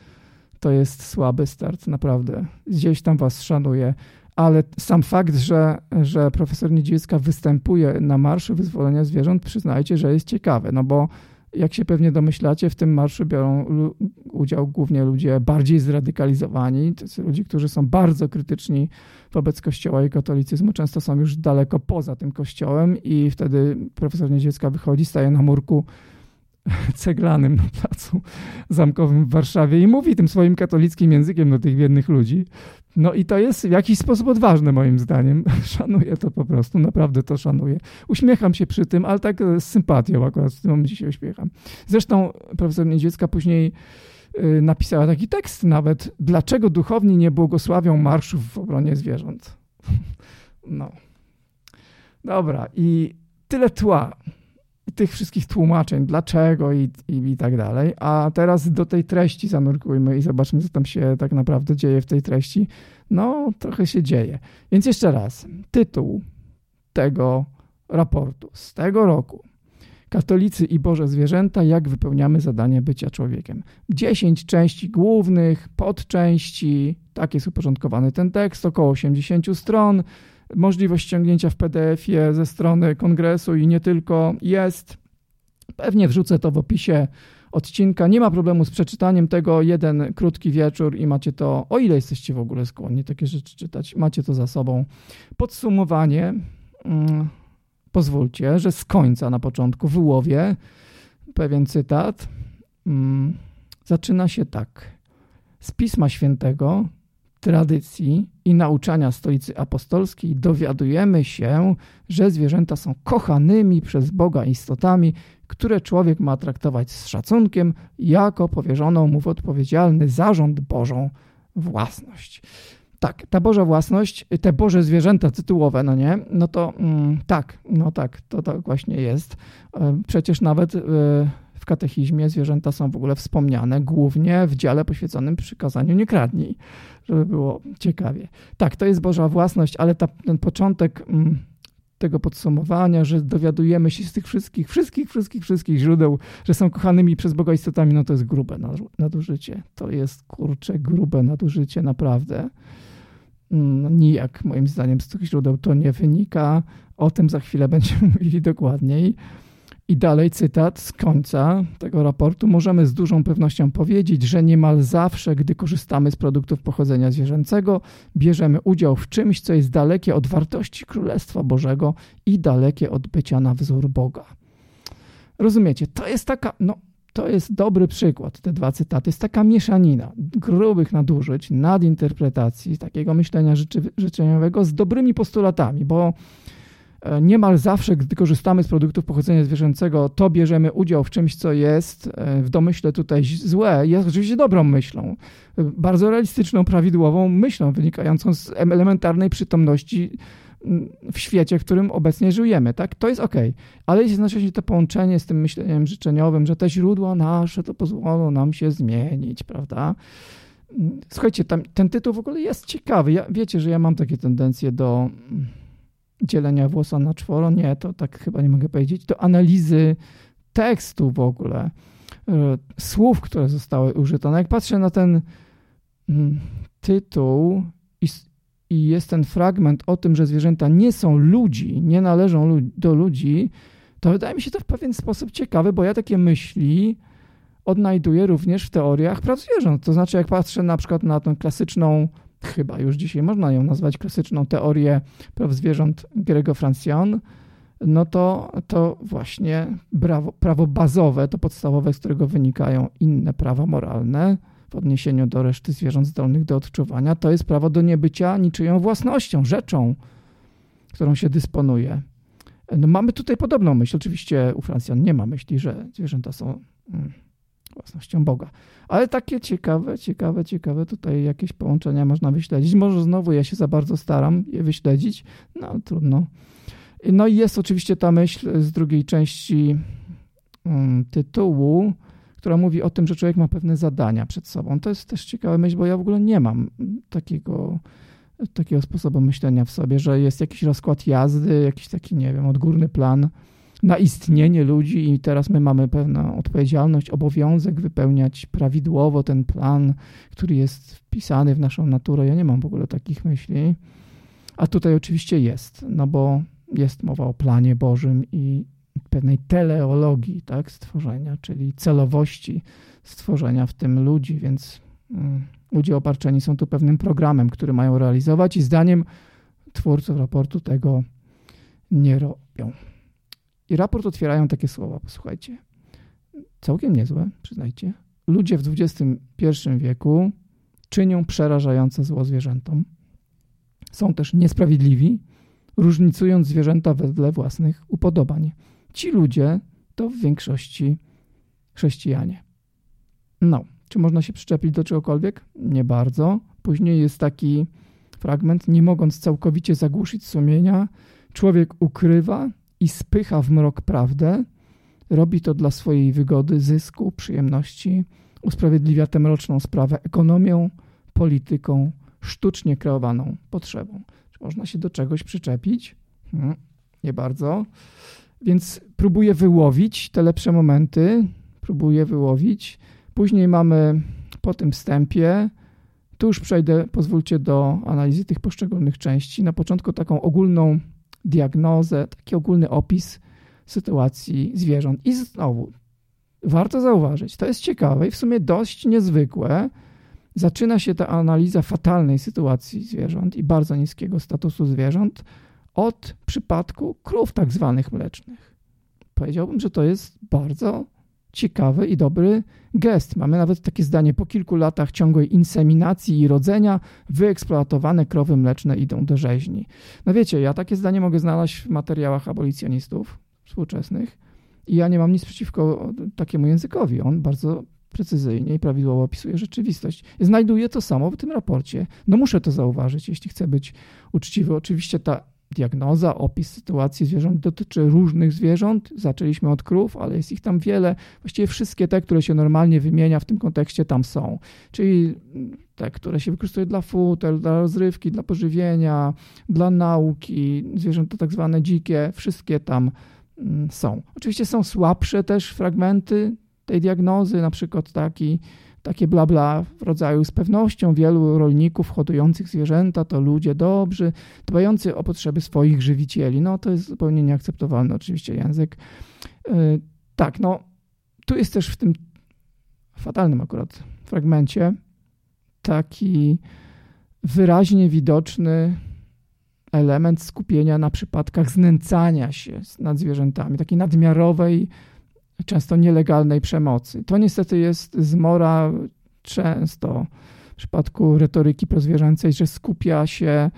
To jest słaby start, naprawdę. Gdzieś tam was szanuję, ale sam fakt, że, że profesor Niedźwiecka występuje na Marszu Wyzwolenia Zwierząt, przyznajcie, że jest ciekawe, no bo jak się pewnie domyślacie, w tym marszu biorą udział głównie ludzie bardziej zradykalizowani, to są ludzie, którzy są bardzo krytyczni wobec Kościoła i katolicyzmu, często są już daleko poza tym Kościołem i wtedy profesor Niedźwiecka wychodzi, staje na murku ceglanym na placu Zamkowym w Warszawie i mówi tym swoim katolickim językiem do tych biednych ludzi. No i to jest w jakiś sposób odważne moim zdaniem. Szanuję to po prostu, naprawdę to szanuję. Uśmiecham się przy tym, ale tak z sympatią akurat w tym momencie się uśmiecham. Zresztą profesor Niedźwiecka później y, napisała taki tekst nawet, dlaczego duchowni nie błogosławią marszów w obronie zwierząt. No. Dobra, i tyle tła. Tych wszystkich tłumaczeń, dlaczego i, i, i tak dalej. A teraz do tej treści zanurkujmy i zobaczmy, co tam się tak naprawdę dzieje w tej treści. No, trochę się dzieje. Więc jeszcze raz, tytuł tego raportu z tego roku. Katolicy i Boże zwierzęta, jak wypełniamy zadanie bycia człowiekiem. Dziesięć części głównych, podczęści, tak jest uporządkowany ten tekst, około osiemdziesiąt stron. Możliwość ściągnięcia w P D F-ie ze strony kongresu i nie tylko jest. Pewnie wrzucę to w opisie odcinka. Nie ma problemu z przeczytaniem tego. Jeden krótki wieczór i macie to, o ile jesteście w ogóle skłonni takie rzeczy czytać, macie to za sobą. Podsumowanie. Hmm, pozwólcie, że z końca na początku wyłowię pewien cytat. Hmm, zaczyna się tak. Z Pisma Świętego tradycji i nauczania Stolicy Apostolskiej dowiadujemy się, że zwierzęta są kochanymi przez Boga istotami, które człowiek ma traktować z szacunkiem jako powierzoną mu w odpowiedzialny zarząd Bożą własność. Tak, ta Boża własność, te Boże zwierzęta tytułowe, no nie, no to mm, tak, no tak, to tak właśnie jest. Przecież nawet y, w katechizmie zwierzęta są w ogóle wspomniane głównie w dziale poświęconym przykazaniu nie kradnij, żeby było ciekawie. Tak, to jest Boża własność, ale ta, ten początek mm, tego podsumowania, że dowiadujemy się z tych wszystkich, wszystkich, wszystkich, wszystkich źródeł, że są kochanymi przez Boga istotami, no to jest grube nadużycie. To jest, kurczę, grube nadużycie, naprawdę. No, nijak, moim zdaniem, z tych źródeł to nie wynika. O tym za chwilę będziemy mówili dokładniej. I dalej cytat z końca tego raportu. Możemy z dużą pewnością powiedzieć, że niemal zawsze, gdy korzystamy z produktów pochodzenia zwierzęcego, bierzemy udział w czymś, co jest dalekie od wartości Królestwa Bożego i dalekie od bycia na wzór Boga. Rozumiecie? To jest taka, no, to jest dobry przykład, te dwa cytaty. Jest taka mieszanina grubych nadużyć, nadinterpretacji, takiego myślenia życzy, życzeniowego z dobrymi postulatami, bo niemal zawsze, gdy korzystamy z produktów pochodzenia zwierzęcego, to bierzemy udział w czymś, co jest w domyśle tutaj złe. Jest oczywiście dobrą myślą, bardzo realistyczną, prawidłową myślą, wynikającą z elementarnej przytomności w świecie, w którym obecnie żyjemy. Tak? To jest okej. Ale jest jednocześnie to połączenie z tym myśleniem życzeniowym, że te źródła nasze to pozwolą nam się zmienić, prawda? Słuchajcie, tam, ten tytuł w ogóle jest ciekawy. Ja, wiecie, że ja mam takie tendencje do dzielenia włosa na czworo. Nie, to tak chyba nie mogę powiedzieć. Do analizy tekstu w ogóle, słów, które zostały użyte. No jak patrzę na ten tytuł i, i jest ten fragment o tym, że zwierzęta nie są ludzi, nie należą do ludzi, to wydaje mi się to w pewien sposób ciekawe, bo ja takie myśli odnajduję również w teoriach praw zwierząt. To znaczy, jak patrzę na przykład na tę klasyczną, chyba już dzisiaj można ją nazwać klasyczną teorię praw zwierząt Garego Francione, no to, to właśnie prawo, prawo bazowe, to podstawowe, z którego wynikają inne prawa moralne w odniesieniu do reszty zwierząt zdolnych do odczuwania, to jest prawo do niebycia niczyją własnością, rzeczą, którą się dysponuje. No mamy tutaj podobną myśl. Oczywiście u Francione nie ma myśli, że zwierzęta są mm, własnością Boga. Ale takie ciekawe, ciekawe, ciekawe tutaj jakieś połączenia można wyśledzić. Może znowu ja się za bardzo staram je wyśledzić, no trudno. No i jest oczywiście ta myśl z drugiej części um, tytułu, która mówi o tym, że człowiek ma pewne zadania przed sobą. To jest też ciekawa myśl, bo ja w ogóle nie mam takiego, takiego sposobu myślenia w sobie, że jest jakiś rozkład jazdy, jakiś taki, nie wiem, odgórny plan na istnienie ludzi i teraz my mamy pewną odpowiedzialność, obowiązek wypełniać prawidłowo ten plan, który jest wpisany w naszą naturę. Ja nie mam w ogóle takich myśli, a tutaj oczywiście jest, no bo jest mowa o planie Bożym i pewnej teleologii, tak, stworzenia, czyli celowości stworzenia, w tym ludzi, więc mm, ludzie obarczeni są tu pewnym programem, który mają realizować i zdaniem twórców raportu tego nie robią. I raport otwierają takie słowa, posłuchajcie, całkiem niezłe, przyznajcie. Ludzie w dwudziestym pierwszym wieku czynią przerażające zło zwierzętom. Są też niesprawiedliwi, różnicując zwierzęta wedle własnych upodobań. Ci ludzie to w większości chrześcijanie. No, czy można się przyczepić do czegokolwiek? Nie bardzo. Później jest taki fragment, nie mogąc całkowicie zagłuszyć sumienia, człowiek ukrywa i spycha w mrok prawdę, robi to dla swojej wygody, zysku, przyjemności, usprawiedliwia tę mroczną sprawę ekonomią, polityką, sztucznie kreowaną potrzebą. Czy można się do czegoś przyczepić? Hmm, nie bardzo. Więc próbuję wyłowić te lepsze momenty, próbuję wyłowić. Później mamy po tym wstępie, tu już przejdę, pozwólcie, do analizy tych poszczególnych części. Na początku taką ogólną diagnozę, taki ogólny opis sytuacji zwierząt. I znowu, warto zauważyć, to jest ciekawe i w sumie dość niezwykłe. Zaczyna się ta analiza fatalnej sytuacji zwierząt i bardzo niskiego statusu zwierząt od przypadku krów tak zwanych mlecznych. Powiedziałbym, że to jest bardzo ciekawy i dobry gest. Mamy nawet takie zdanie: po kilku latach ciągłej inseminacji i rodzenia wyeksploatowane krowy mleczne idą do rzeźni. No wiecie, ja takie zdanie mogę znaleźć w materiałach abolicjonistów współczesnych i ja nie mam nic przeciwko takiemu językowi. On bardzo precyzyjnie i prawidłowo opisuje rzeczywistość. Znajduję to samo w tym raporcie. No muszę to zauważyć, jeśli chcę być uczciwy. Oczywiście ta diagnoza, opis sytuacji zwierząt dotyczy różnych zwierząt. Zaczęliśmy od krów, ale jest ich tam wiele. Właściwie wszystkie te, które się normalnie wymienia w tym kontekście, tam są. Czyli te, które się wykorzystuje dla futer, dla rozrywki, dla pożywienia, dla nauki, zwierzęta tak zwane dzikie, wszystkie tam są. Oczywiście są słabsze też fragmenty tej diagnozy, na przykład taki, takie bla bla w rodzaju: z pewnością wielu rolników hodujących zwierzęta to ludzie dobrzy, dbający o potrzeby swoich żywicieli. No to jest zupełnie nieakceptowalny oczywiście język. Yy, tak, no tu jest też w tym fatalnym akurat fragmencie taki wyraźnie widoczny element skupienia na przypadkach znęcania się nad zwierzętami, takiej nadmiarowej, często nielegalnej przemocy. To niestety jest zmora często w przypadku retoryki prozwierzęcej, że skupia się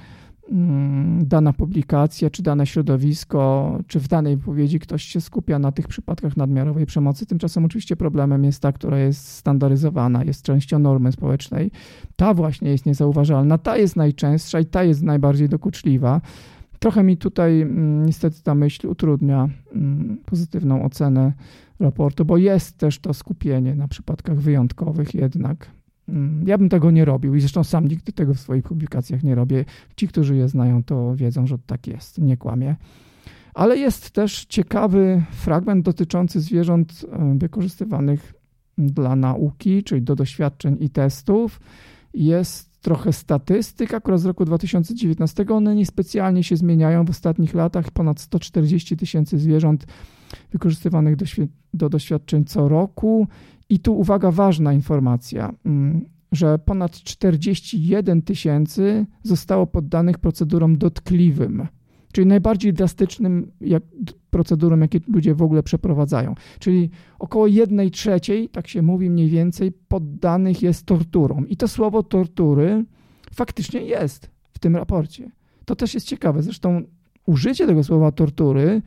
dana publikacja, czy dane środowisko, czy w danej wypowiedzi ktoś się skupia na tych przypadkach nadmiarowej przemocy. Tymczasem oczywiście problemem jest ta, która jest standaryzowana, jest częścią normy społecznej. Ta właśnie jest niezauważalna, ta jest najczęstsza i ta jest najbardziej dokuczliwa. Trochę mi tutaj niestety ta myśl utrudnia pozytywną ocenę raportu, bo jest też to skupienie na przypadkach wyjątkowych jednak. Ja bym tego nie robił i zresztą sam nigdy tego w swoich publikacjach nie robię. Ci, którzy je znają, to wiedzą, że tak jest, nie kłamię. Ale jest też ciekawy fragment dotyczący zwierząt wykorzystywanych dla nauki, czyli do doświadczeń i testów. Jest trochę statystyk, akurat z roku dwa tysiące dziewiętnastego. One niespecjalnie się zmieniają w ostatnich latach. Ponad sto czterdzieści tysięcy zwierząt wykorzystywanych do, do doświadczeń co roku. I tu uwaga, ważna informacja, że ponad czterdzieści jeden tysięcy zostało poddanych procedurom dotkliwym, czyli najbardziej drastycznym jak, procedurom, jakie ludzie w ogóle przeprowadzają. Czyli około jednej trzeciej, tak się mówi mniej więcej, poddanych jest torturom. I to słowo tortury faktycznie jest w tym raporcie. To też jest ciekawe. Zresztą użycie tego słowa tortury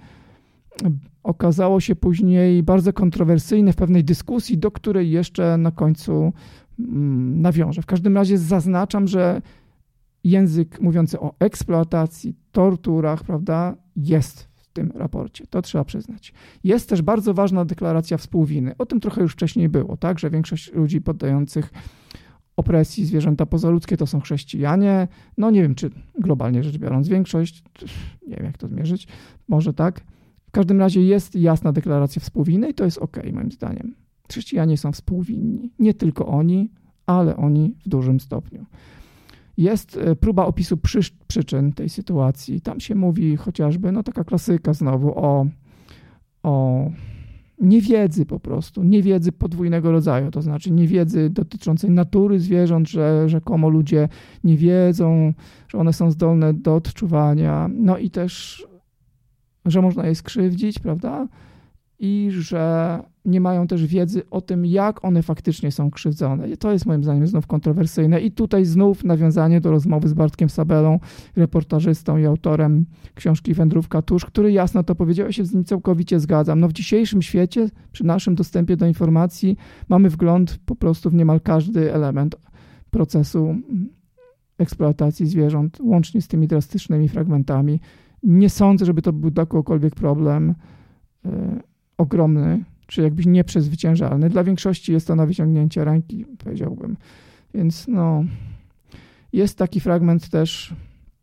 okazało się później bardzo kontrowersyjne w pewnej dyskusji, do której jeszcze na końcu nawiążę. W każdym razie zaznaczam, że język mówiący o eksploatacji, torturach, prawda, jest w tym raporcie. To trzeba przyznać. Jest też bardzo ważna deklaracja współwiny. O tym trochę już wcześniej było, tak, że większość ludzi poddających opresji zwierzęta pozaludzkie to są chrześcijanie. No nie wiem, czy globalnie rzecz biorąc większość, nie wiem jak to zmierzyć, może tak. W każdym razie jest jasna deklaracja współwiny i to jest okej, moim zdaniem. Chrześcijanie są współwinni. Nie tylko oni, ale oni w dużym stopniu. Jest próba opisu przy, przyczyn tej sytuacji. Tam się mówi chociażby, no taka klasyka znowu, o, o niewiedzy po prostu, niewiedzy podwójnego rodzaju, to znaczy niewiedzy dotyczącej natury zwierząt, że rzekomo ludzie nie wiedzą, że one są zdolne do odczuwania, no i też, że można je skrzywdzić, prawda? I że nie mają też wiedzy o tym, jak one faktycznie są krzywdzone. I to jest moim zdaniem znów kontrowersyjne. I tutaj znów nawiązanie do rozmowy z Bartkiem Sabelą, reportażystą i autorem książki Wędrówka tusz, który jasno to powiedział, ja się z nim całkowicie zgadzam. No w dzisiejszym świecie, przy naszym dostępie do informacji, mamy wgląd po prostu w niemal każdy element procesu eksploatacji zwierząt, łącznie z tymi drastycznymi fragmentami. Nie sądzę, żeby to był dla kogokolwiek problem yy, ogromny, czy jakby nieprzezwyciężalny. Dla większości jest to na wyciągnięcie ręki, powiedziałbym. Więc no, jest taki fragment też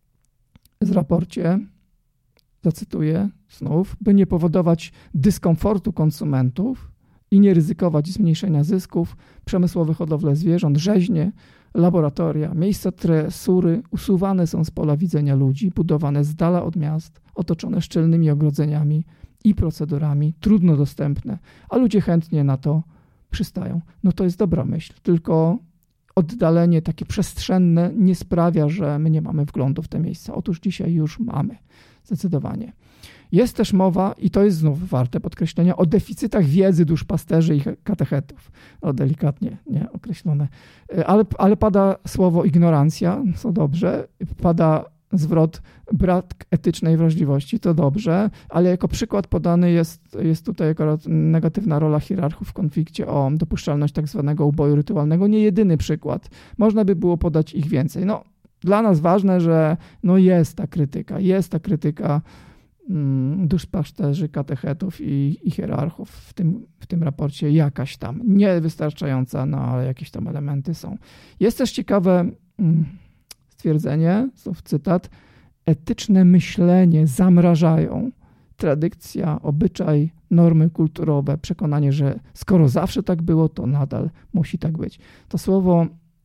z raporcie, zacytuję znów, by nie powodować dyskomfortu konsumentów i nie ryzykować zmniejszenia zysków, przemysłowe hodowle zwierząt, rzeźnie, laboratoria, miejsca tresury usuwane są z pola widzenia ludzi, budowane z dala od miast, otoczone szczelnymi ogrodzeniami i procedurami, trudno dostępne, a ludzie chętnie na to przystają. No to jest dobra myśl, tylko oddalenie takie przestrzenne nie sprawia, że my nie mamy wglądu w te miejsca. Otóż dzisiaj już mamy, zdecydowanie. Jest też mowa, i to jest znów warte podkreślenia, o deficytach wiedzy duszpasterzy i katechetów. O, delikatnie nie określone. Ale, ale pada słowo ignorancja, co dobrze. Pada zwrot brak etycznej wrażliwości, to dobrze, ale jako przykład podany jest, jest tutaj akurat negatywna rola hierarchów w konflikcie o dopuszczalność tak zwanego uboju rytualnego. Nie jedyny przykład. Można by było podać ich więcej. No, dla nas ważne, że no jest ta krytyka, jest ta krytyka mm, duszpasterzy, katechetów i, i hierarchów w tym, w tym raporcie jakaś tam, niewystarczająca, no ale jakieś tam elementy są. Jest też ciekawe mm, stwierdzenie, słów cytat, etyczne myślenie zamrażają. Tradycja, obyczaj, normy kulturowe, przekonanie, że skoro zawsze tak było, to nadal musi tak być. To słowo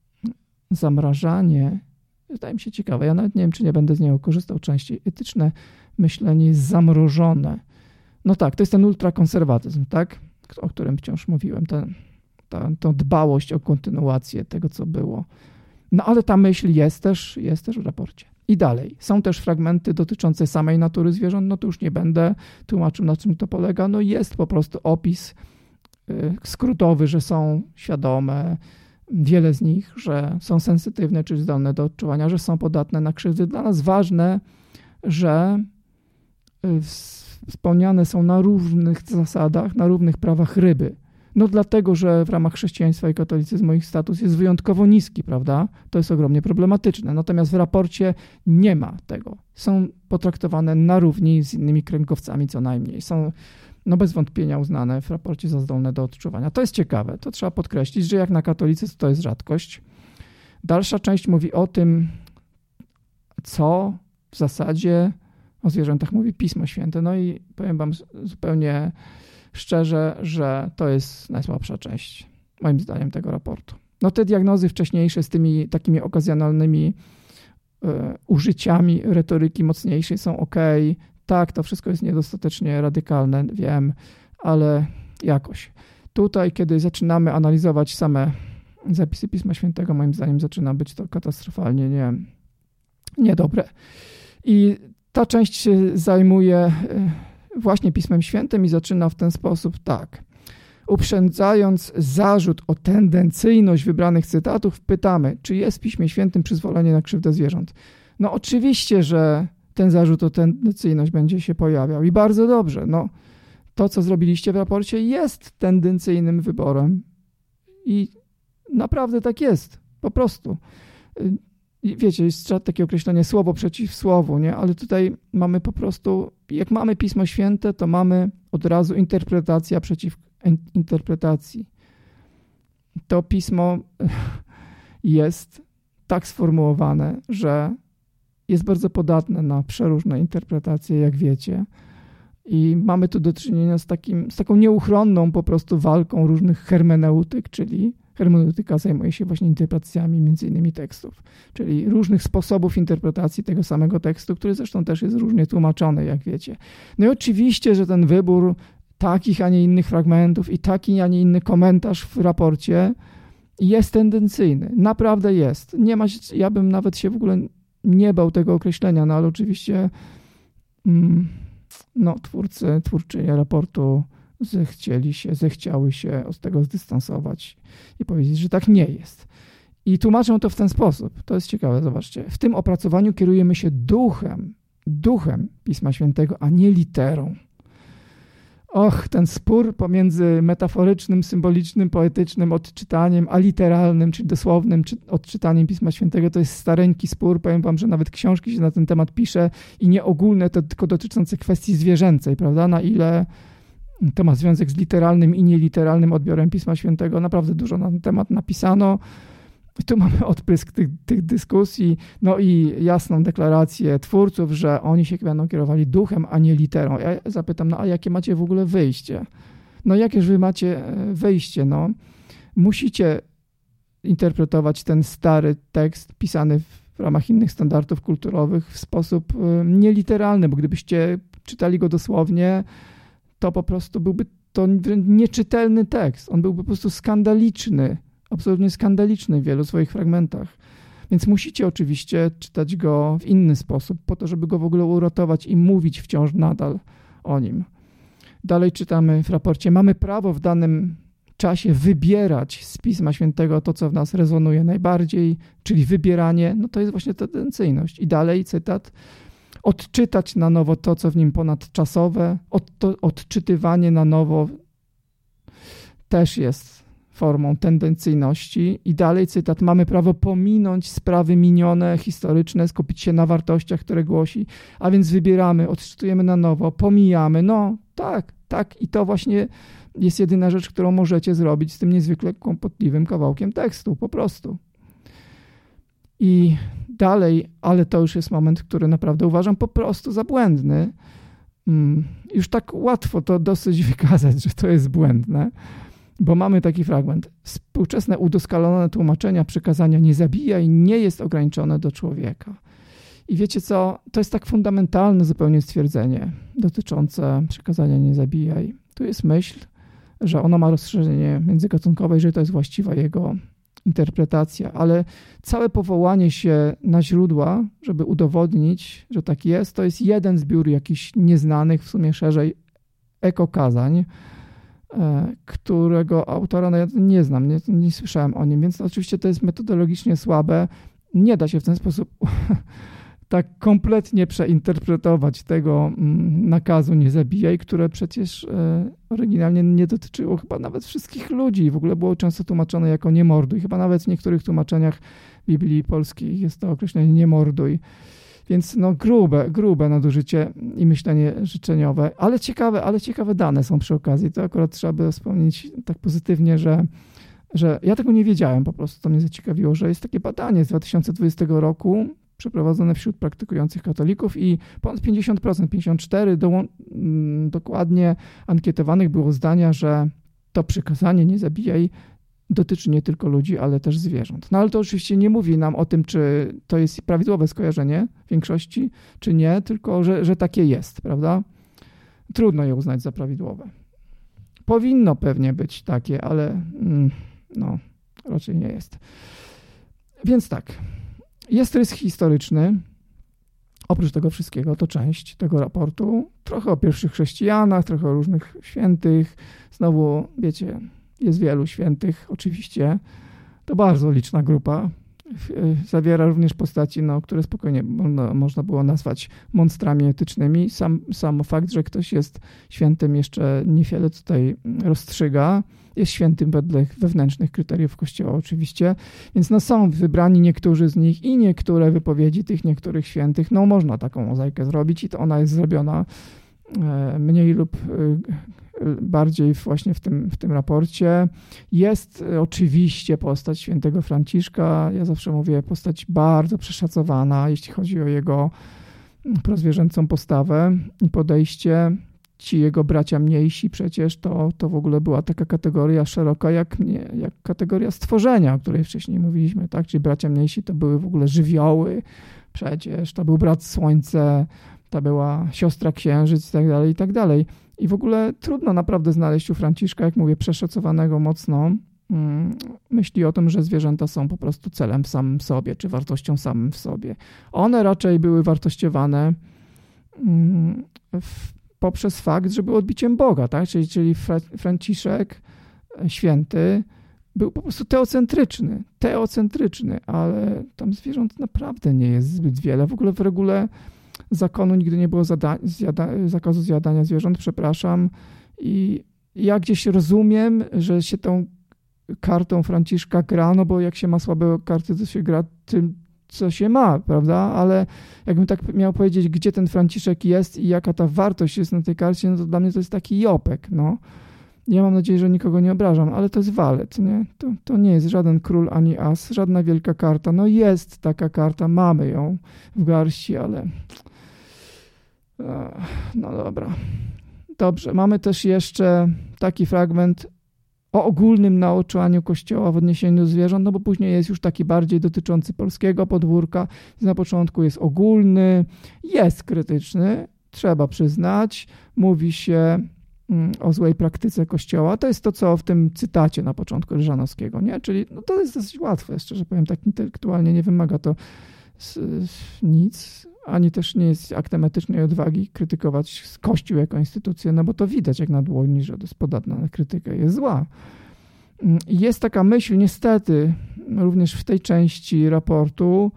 zamrażanie wydaje mi się ciekawe. Ja nawet nie wiem, czy nie będę z niego korzystał częściej. Etyczne myślenie jest zamrożone. No tak, to jest ten ultrakonserwatyzm, tak? O którym wciąż mówiłem. Ta, ta, ta dbałość o kontynuację tego, co było. No ale ta myśl jest też, jest też w raporcie. I dalej. Są też fragmenty dotyczące samej natury zwierząt. No to już nie będę tłumaczył, na czym to polega. No jest po prostu opis y, skrótowy, że są świadome, wiele z nich, że są sensytywne, czyli zdolne do odczuwania, że są podatne na krzywdy. Dla nas ważne, że wspomniane są na równych zasadach, na równych prawach ryby. No dlatego, że w ramach chrześcijaństwa i katolicyzmu ich status jest wyjątkowo niski, prawda? To jest ogromnie problematyczne. Natomiast w raporcie nie ma tego. Są potraktowane na równi z innymi kręgowcami co najmniej. Są no bez wątpienia uznane w raporcie za zdolne do odczuwania. To jest ciekawe. To trzeba podkreślić, że jak na katolicyzm to jest rzadkość. Dalsza część mówi o tym, co w zasadzie o zwierzętach mówi Pismo Święte. No i powiem wam zupełnie szczerze, że to jest najsłabsza część, moim zdaniem, tego raportu. No te diagnozy wcześniejsze z tymi takimi okazjonalnymi y, użyciami retoryki mocniejszej są ok. Tak, to wszystko jest niedostatecznie radykalne, wiem, ale jakoś. Tutaj, kiedy zaczynamy analizować same zapisy Pisma Świętego, moim zdaniem zaczyna być to katastrofalnie nie, niedobre. I ta część się zajmuje właśnie Pismem Świętym i zaczyna w ten sposób tak. Uprzedzając zarzut o tendencyjność wybranych cytatów, pytamy, czy jest w Piśmie Świętym przyzwolenie na krzywdę zwierząt. No oczywiście, że ten zarzut o tendencyjność będzie się pojawiał i bardzo dobrze. No, to, co zrobiliście w raporcie, jest tendencyjnym wyborem i naprawdę tak jest, po prostu. Wiecie, jest takie określenie słowo przeciw słowu, nie? Ale tutaj mamy po prostu, jak mamy Pismo Święte, to mamy od razu interpretacja przeciw interpretacji. To Pismo jest tak sformułowane, że jest bardzo podatne na przeróżne interpretacje, jak wiecie. I mamy tu do czynienia z, takim, z taką nieuchronną po prostu walką różnych hermeneutyk, czyli hermeneutyka zajmuje się właśnie interpretacjami między innymi tekstów, czyli różnych sposobów interpretacji tego samego tekstu, który zresztą też jest różnie tłumaczony, jak wiecie. No i oczywiście, że ten wybór takich, a nie innych fragmentów i taki, a nie inny komentarz w raporcie jest tendencyjny. Naprawdę jest. Nie ma, ja bym nawet się w ogóle nie bał tego określenia, no ale oczywiście mm, no, twórcy, twórczynie raportu zechcieli się, zechciały się od tego zdystansować i powiedzieć, że tak nie jest. I tłumaczą to w ten sposób. To jest ciekawe, zobaczcie. W tym opracowaniu kierujemy się duchem, duchem Pisma Świętego, a nie literą. Och, ten spór pomiędzy metaforycznym, symbolicznym, poetycznym odczytaniem, a literalnym, czyli dosłownym czy odczytaniem Pisma Świętego, to jest stareńki spór. Powiem wam, że nawet książki się na ten temat pisze i nie ogólne, to tylko dotyczące kwestii zwierzęcej, prawda? Na ile to ma związek z literalnym i nieliteralnym odbiorem Pisma Świętego. Naprawdę dużo na ten temat napisano. I tu mamy odprysk tych, tych dyskusji, no i jasną deklarację twórców, że oni się będą kierowali duchem, a nie literą. Ja zapytam, no a jakie macie w ogóle wyjście? No jakież wy macie wyjście? No, musicie interpretować ten stary tekst pisany w ramach innych standardów kulturowych w sposób nieliteralny, bo gdybyście czytali go dosłownie, to po prostu byłby to nieczytelny tekst. On byłby po prostu skandaliczny. Absolutnie skandaliczny w wielu swoich fragmentach. Więc musicie oczywiście czytać go w inny sposób, po to, żeby go w ogóle uratować i mówić wciąż nadal o nim. Dalej czytamy w raporcie, mamy prawo w danym czasie wybierać z Pisma Świętego to, co w nas rezonuje najbardziej, czyli wybieranie, no to jest właśnie tendencyjność. I dalej cytat, odczytać na nowo to, co w nim ponadczasowe, od, to, odczytywanie na nowo też jest formą tendencyjności. I dalej cytat, mamy prawo pominąć sprawy minione, historyczne, skupić się na wartościach, które głosi, a więc wybieramy, odczytujemy na nowo, pomijamy, no tak, tak i to właśnie jest jedyna rzecz, którą możecie zrobić z tym niezwykle kłopotliwym kawałkiem tekstu, po prostu. I dalej, ale to już jest moment, który naprawdę uważam po prostu za błędny. Już tak łatwo to dosyć wykazać, że to jest błędne, bo mamy taki fragment. Współczesne udoskonalone tłumaczenia przykazania nie zabijaj nie jest ograniczone do człowieka. I wiecie co? To jest tak fundamentalne zupełnie stwierdzenie dotyczące przykazania nie zabijaj. Tu jest myśl, że ono ma rozszerzenie międzygatunkowe, że to jest właściwa jego interpretacja, ale całe powołanie się na źródła, żeby udowodnić, że tak jest, to jest jeden zbiór jakichś nieznanych, w sumie szerzej ekokazań, którego autora no ja nie znam, nie, nie słyszałem o nim, więc oczywiście to jest metodologicznie słabe. Nie da się w ten sposób tak kompletnie przeinterpretować tego nakazu nie zabijaj, które przecież oryginalnie nie dotyczyło chyba nawet wszystkich ludzi. W ogóle było często tłumaczone jako nie morduj. Chyba nawet w niektórych tłumaczeniach Biblii Polskiej jest to określenie nie morduj. Więc no grube, grube nadużycie i myślenie życzeniowe, ale ciekawe, ale ciekawe dane są przy okazji. To akurat trzeba by wspomnieć tak pozytywnie, że, że ja tego nie wiedziałem, po prostu to mnie zaciekawiło, że jest takie badanie z dwa tysiące dwudziestego roku przeprowadzone wśród praktykujących katolików i ponad pięćdziesiąt procent, pięćdziesiąt cztery procent do, dokładnie ankietowanych było zdania, że to przykazanie nie zabijaj dotyczy nie tylko ludzi, ale też zwierząt. No ale to oczywiście nie mówi nam o tym, czy to jest prawidłowe skojarzenie w większości, czy nie, tylko że, że takie jest, prawda? Trudno je uznać za prawidłowe. Powinno pewnie być takie, ale mm, no, raczej nie jest. Więc tak, jest rys historyczny. Oprócz tego wszystkiego to część tego raportu. Trochę o pierwszych chrześcijanach, trochę o różnych świętych. Znowu, wiecie, jest wielu świętych, oczywiście. To bardzo liczna grupa. Zawiera również postaci, no, które spokojnie można, można było nazwać monstrami etycznymi. Sam, sam fakt, że ktoś jest świętym, jeszcze niewiele tutaj rozstrzyga. Jest świętym wedle wewnętrznych kryteriów Kościoła oczywiście. Więc no, są wybrani niektórzy z nich i niektóre wypowiedzi tych niektórych świętych. No można taką mozaikę zrobić i to ona jest zrobiona mniej lub bardziej właśnie w tym, w tym raporcie. Jest oczywiście postać świętego Franciszka. Ja zawsze mówię, postać bardzo przeszacowana, jeśli chodzi o jego prozwierzęcą postawę i podejście. Ci jego bracia mniejsi przecież to, to w ogóle była taka kategoria szeroka jak, nie, jak kategoria stworzenia, o której wcześniej mówiliśmy, tak? Czyli bracia mniejsi to były w ogóle żywioły przecież, to był brat Słońce, to była siostra Księżyc i tak dalej, i tak dalej. I w ogóle trudno naprawdę znaleźć u Franciszka, jak mówię, przeszacowanego mocno, hmm, myśli o tym, że zwierzęta są po prostu celem w samym sobie, czy wartością samym w sobie. One raczej były wartościowane hmm, w, poprzez fakt, że były odbiciem Boga, tak? Czyli, czyli Fra, Franciszek, święty, był po prostu teocentryczny, teocentryczny, ale tam zwierząt naprawdę nie jest zbyt wiele. W ogóle w regule zakonu nigdy nie było zada- zjada- zakazu zjadania zwierząt, przepraszam. I ja gdzieś rozumiem, że się tą kartą Franciszka gra, no bo jak się ma słabe karty, to się gra tym, co się ma, prawda? Ale jakbym tak miał powiedzieć, gdzie ten Franciszek jest i jaka ta wartość jest na tej karcie, no to dla mnie to jest taki jopek, no. Ja mam nadzieję, że nikogo nie obrażam, ale to jest walet, nie? To, to nie jest żaden król ani as, żadna wielka karta. No jest taka karta, mamy ją w garści, ale no dobra. Dobrze, mamy też jeszcze taki fragment o ogólnym nauczaniu Kościoła w odniesieniu do zwierząt, no bo później jest już taki bardziej dotyczący polskiego podwórka. Na początku jest ogólny, jest krytyczny, trzeba przyznać. Mówi się o złej praktyce Kościoła, to jest to, co w tym cytacie na początku Ryżanowskiego, nie? Czyli no to jest dosyć łatwe, szczerze powiem, tak intelektualnie nie wymaga to nic, ani też nie jest aktem etycznej odwagi krytykować Kościół jako instytucję, no bo to widać jak na dłoni, że to jest podatna na krytykę, jest zła. Jest taka myśl, niestety, również w tej części raportu,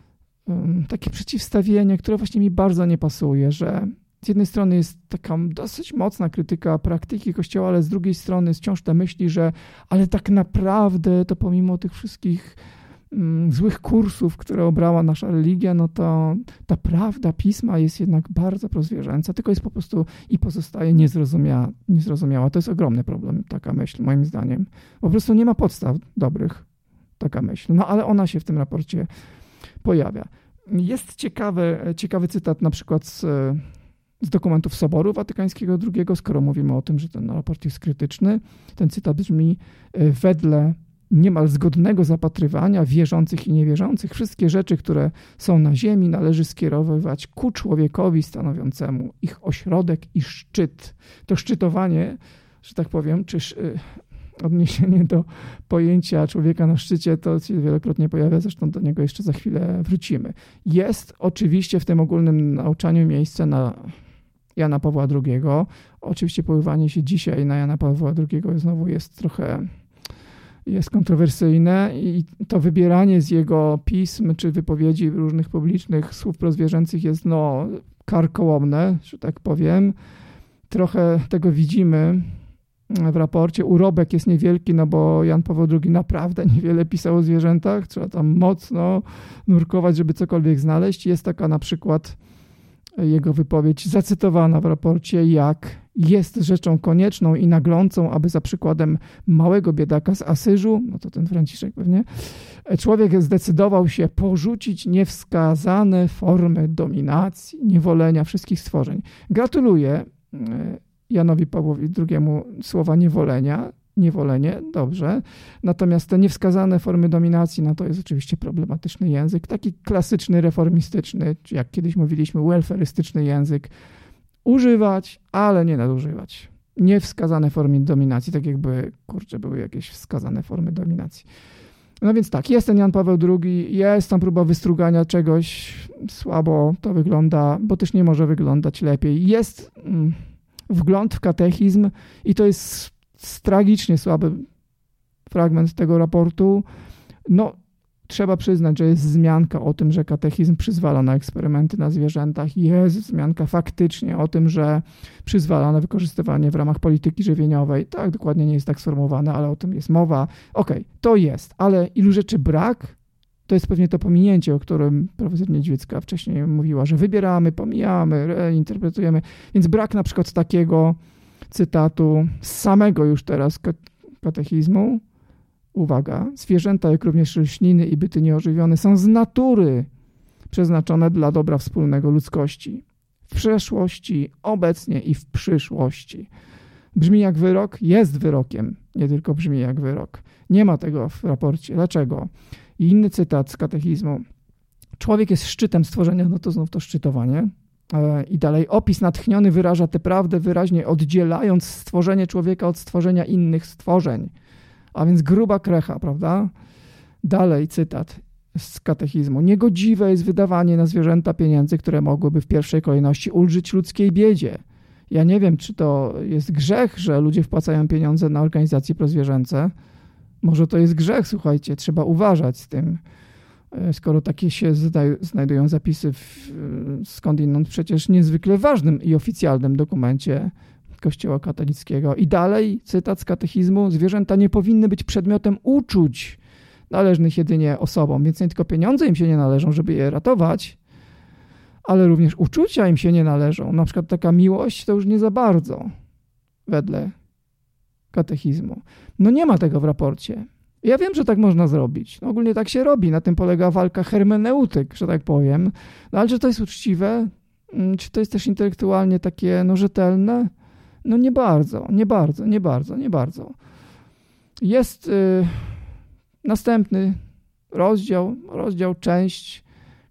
takie przeciwstawienie, które właśnie mi bardzo nie pasuje, że z jednej strony jest taka dosyć mocna krytyka praktyki Kościoła, ale z drugiej strony wciąż te myśli, że ale tak naprawdę to pomimo tych wszystkich mm, złych kursów, które obrała nasza religia, no to ta prawda Pisma jest jednak bardzo prozwierzęca, tylko jest po prostu i pozostaje niezrozumiała. niezrozumiała. To jest ogromny problem, taka myśl, moim zdaniem. Po prostu nie ma podstaw dobrych, taka myśl. No ale ona się w tym raporcie pojawia. Jest ciekawy, ciekawy cytat na przykład z z dokumentów Soboru Watykańskiego drugiego, skoro mówimy o tym, że ten raport jest krytyczny. Ten cytat brzmi: wedle niemal zgodnego zapatrywania wierzących i niewierzących wszystkie rzeczy, które są na ziemi, należy skierowywać ku człowiekowi stanowiącemu ich ośrodek i szczyt. To szczytowanie, że tak powiem, czy odniesienie do pojęcia człowieka na szczycie, to się wielokrotnie pojawia, zresztą do niego jeszcze za chwilę wrócimy. Jest oczywiście w tym ogólnym nauczaniu miejsce na Jana Pawła drugiego. Oczywiście powoływanie się dzisiaj na Jana Pawła drugiego znowu jest trochę jest kontrowersyjne i to wybieranie z jego pism czy wypowiedzi różnych publicznych słów prozwierzęcych jest no karkołomne, że tak powiem. Trochę tego widzimy w raporcie. Urobek jest niewielki, no bo Jan Paweł drugi naprawdę niewiele pisał o zwierzętach. Trzeba tam mocno nurkować, żeby cokolwiek znaleźć. Jest taka na przykład jego wypowiedź zacytowana w raporcie, jak jest rzeczą konieczną i naglącą, aby za przykładem małego biedaka z Asyżu, no to ten Franciszek pewnie, człowiek zdecydował się porzucić niewskazane formy dominacji, niewolenia wszystkich stworzeń. Gratuluję Janowi Pawłowi drugiemu słowa niewolenia, niewolenie, dobrze. Natomiast te niewskazane formy dominacji, no to jest oczywiście problematyczny język, taki klasyczny, reformistyczny, czy jak kiedyś mówiliśmy, welfarystyczny język, używać, ale nie nadużywać. Niewskazane formy dominacji, tak jakby, kurczę, były jakieś wskazane formy dominacji. No więc tak, jest ten Jan Paweł drugi, jest tam próba wystrugania czegoś, słabo to wygląda, bo też nie może wyglądać lepiej. Jest mm, wgląd w katechizm i to jest tragicznie słaby fragment tego raportu. No, trzeba przyznać, że jest wzmianka o tym, że katechizm przyzwala na eksperymenty na zwierzętach. Jest wzmianka faktycznie o tym, że przyzwala na wykorzystywanie w ramach polityki żywieniowej. Tak, dokładnie nie jest tak sformułowane, ale o tym jest mowa. Okej, okay, to jest, ale ilu rzeczy brak? To jest pewnie to pominięcie, o którym profesor Niedźwiecka wcześniej mówiła, że wybieramy, pomijamy, reinterpretujemy. Więc brak na przykład takiego cytatu z samego już teraz katechizmu. Uwaga, zwierzęta, jak również rośliny i byty nieożywione są z natury przeznaczone dla dobra wspólnego ludzkości. W przeszłości, obecnie i w przyszłości. Brzmi jak wyrok? Jest wyrokiem, nie tylko brzmi jak wyrok. Nie ma tego w raporcie. Dlaczego? I inny cytat z katechizmu. Człowiek jest szczytem stworzenia, no to znów to szczytowanie. I dalej, opis natchniony wyraża tę prawdę wyraźnie, oddzielając stworzenie człowieka od stworzenia innych stworzeń. A więc gruba krecha, prawda? Dalej cytat z katechizmu. Niegodziwe jest wydawanie na zwierzęta pieniędzy, które mogłyby w pierwszej kolejności ulżyć ludzkiej biedzie. Ja nie wiem, czy to jest grzech, że ludzie wpłacają pieniądze na organizacje prozwierzęce. Może to jest grzech, słuchajcie, trzeba uważać z tym. Skoro takie się znajdują zapisy w, skądinąd przecież niezwykle ważnym i oficjalnym dokumencie Kościoła katolickiego. I dalej, cytat z katechizmu, zwierzęta nie powinny być przedmiotem uczuć należnych jedynie osobom, więc nie tylko pieniądze im się nie należą, żeby je ratować, ale również uczucia im się nie należą. Na przykład taka miłość to już nie za bardzo wedle katechizmu. No nie ma tego w raporcie. Ja wiem, że tak można zrobić. No ogólnie tak się robi. Na tym polega walka hermeneutyk, że tak powiem. No ale czy to jest uczciwe? Czy to jest też intelektualnie takie no, rzetelne? No nie bardzo, nie bardzo, nie bardzo, nie bardzo. Jest y, następny rozdział, rozdział, część,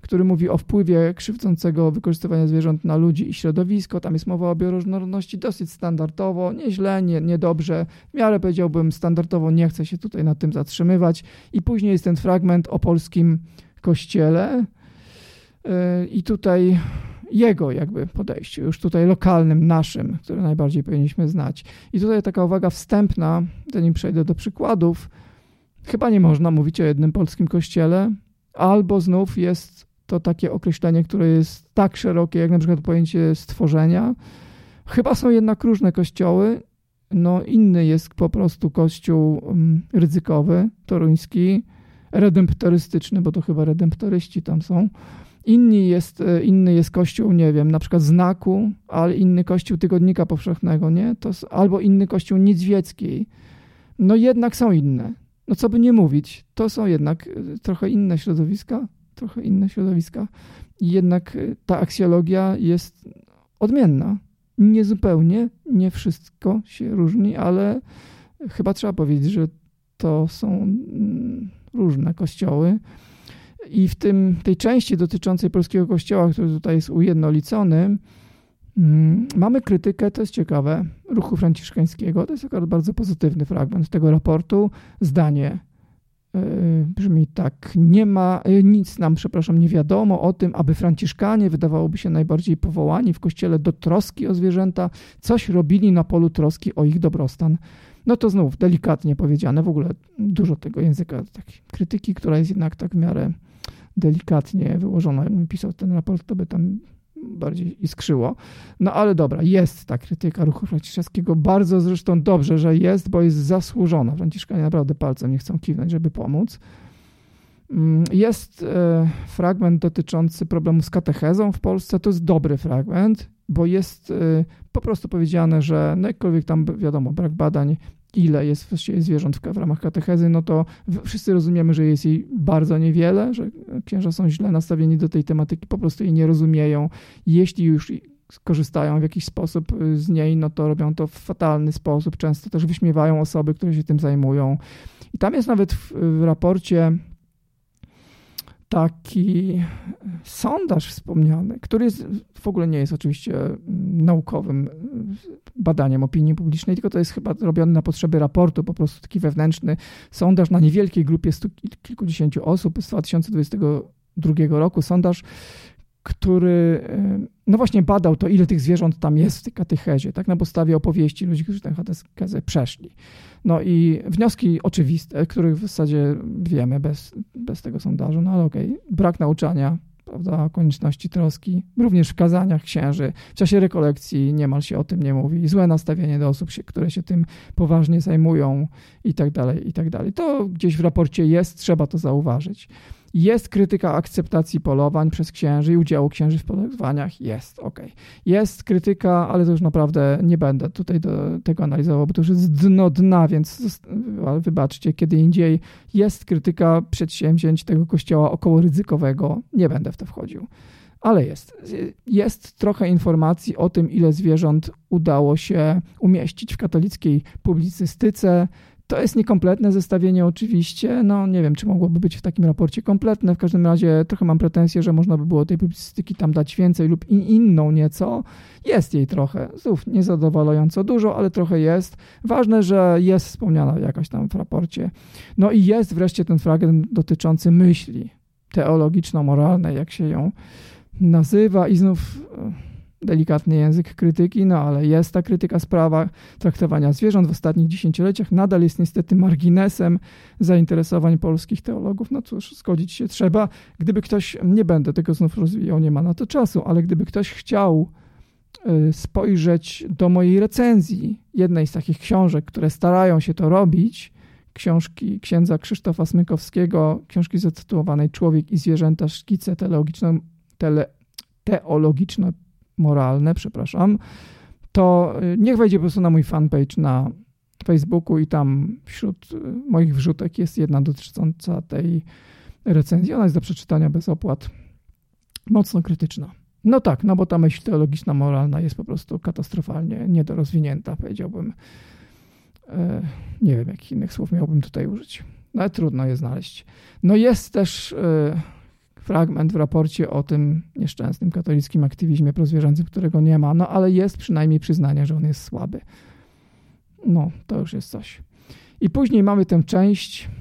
który mówi o wpływie krzywdzącego wykorzystywania zwierząt na ludzi i środowisko. Tam jest mowa o bioróżnorodności dosyć standardowo, nieźle, nie, niedobrze. W miarę powiedziałbym standardowo, nie chcę się tutaj nad tym zatrzymywać. I później jest ten fragment o polskim kościele yy, i tutaj jego jakby podejściu, już tutaj lokalnym, naszym, które najbardziej powinniśmy znać. I tutaj taka uwaga wstępna, zanim przejdę do przykładów. Chyba nie można mówić o jednym polskim kościele, albo znów jest to takie określenie, które jest tak szerokie, jak na przykład pojęcie stworzenia. Chyba są jednak różne kościoły. No inny jest po prostu kościół um, ryzykowy, toruński, redemptorystyczny, bo to chyba redemptoryści tam są. Inni jest, inny jest kościół, nie wiem, na przykład Znaku, ale inny kościół Tygodnika Powszechnego, nie? To, albo inny kościół Niedźwieckiej. No jednak są inne. No co by nie mówić, to są jednak trochę inne środowiska, trochę inne środowiska. I jednak ta aksjologia jest odmienna. Nie zupełnie, nie wszystko się różni, ale chyba trzeba powiedzieć, że to są różne kościoły. I w tym, tej części dotyczącej polskiego kościoła, który tutaj jest ujednolicony, hmm, mamy krytykę, to jest ciekawe, ruchu franciszkańskiego. To jest akurat bardzo pozytywny fragment tego raportu. Zdanie yy, brzmi tak. Nie ma, yy, nic nam, przepraszam, nie wiadomo o tym, aby Franciszkanie, wydawałoby się najbardziej powołani w kościele do troski o zwierzęta, coś robili na polu troski o ich dobrostan. No to znów delikatnie powiedziane, w ogóle dużo tego języka takiej krytyki, która jest jednak tak w miarę delikatnie wyłożona. Jakbym pisał ten raport, to by tam bardziej iskrzyło. No ale dobra, jest ta krytyka ruchu franciszkańskiego. Bardzo zresztą dobrze, że jest, bo jest zasłużona. Franciszkanie naprawdę palcem nie chcą kiwnąć, żeby pomóc. Jest e, fragment dotyczący problemu z katechezą w Polsce. To jest dobry fragment, bo jest e, po prostu powiedziane, że no jakkolwiek tam wiadomo, brak badań, ile jest właściwie zwierząt w, w ramach katechezy, no to w, wszyscy rozumiemy, że jest jej bardzo niewiele, że księża są źle nastawieni do tej tematyki, po prostu jej nie rozumieją. Jeśli już korzystają w jakiś sposób z niej, no to robią to w fatalny sposób. Często też wyśmiewają osoby, które się tym zajmują. I tam jest nawet w, w raporcie taki sondaż wspomniany, który jest, w ogóle nie jest oczywiście naukowym badaniem opinii publicznej, tylko to jest chyba robiony na potrzeby raportu, po prostu taki wewnętrzny sondaż na niewielkiej grupie stu kilkudziesięciu osób z dwa tysiące dwudziestego drugiego roku. Sondaż, który no właśnie badał to, ile tych zwierząt tam jest w tej katechezie, tak na podstawie opowieści ludzi, którzy tę katechezę przeszli. No i wnioski oczywiste, których w zasadzie wiemy bez, bez tego sondażu, no ale okej, okay. Brak nauczania, prawda, konieczności troski, również w kazaniach księży, w czasie rekolekcji niemal się o tym nie mówi, złe nastawienie do osób, się, które się tym poważnie zajmują i tak dalej, i tak dalej. To gdzieś w raporcie jest, trzeba to zauważyć. Jest krytyka akceptacji polowań przez księży i udziału księży w polowaniach. Jest, okej. Okay. Jest krytyka, ale to już naprawdę nie będę tutaj do tego analizował, bo to już jest dno dna, więc wybaczcie, kiedy indziej. Jest krytyka przedsięwzięć tego kościoła około ryzykowego. Nie będę w to wchodził. Ale jest. Jest trochę informacji o tym, ile zwierząt udało się umieścić w katolickiej publicystyce. To jest niekompletne zestawienie oczywiście, no nie wiem, czy mogłoby być w takim raporcie kompletne, w każdym razie trochę mam pretensję, że można by było tej publicystyki tam dać więcej lub in, inną nieco. Jest jej trochę, znów niezadowalająco dużo, ale trochę jest. Ważne, że jest wspomniana jakaś tam w raporcie. No i jest wreszcie ten fragment dotyczący myśli teologiczno-moralnej, jak się ją nazywa i znów delikatny język krytyki, no ale jest ta krytyka sprawa traktowania zwierząt w ostatnich dziesięcioleciach. Nadal jest niestety marginesem zainteresowań polskich teologów. No cóż, zgodzić się trzeba. Gdyby ktoś, nie będę tego znów rozwijał, nie ma na to czasu, ale gdyby ktoś chciał spojrzeć do mojej recenzji jednej z takich książek, które starają się to robić, książki księdza Krzysztofa Smykowskiego, książki zatytułowanej Człowiek i zwierzęta, szkice teologiczno, tele, teologiczno moralne, przepraszam, to niech wejdzie po prostu na mój fanpage na Facebooku i tam wśród moich wrzutek jest jedna dotycząca tej recenzji. Ona jest do przeczytania bez opłat. Mocno krytyczna. No tak, no bo ta myśl teologiczna, moralna jest po prostu katastrofalnie niedorozwinięta, powiedziałbym. Nie wiem, jakich innych słów miałbym tutaj użyć. No ale trudno je znaleźć. No jest też fragment w raporcie o tym nieszczęsnym katolickim aktywizmie prozwierzęcym, którego nie ma, no ale jest przynajmniej przyznanie, że on jest słaby. No, to już jest coś. I później mamy tę część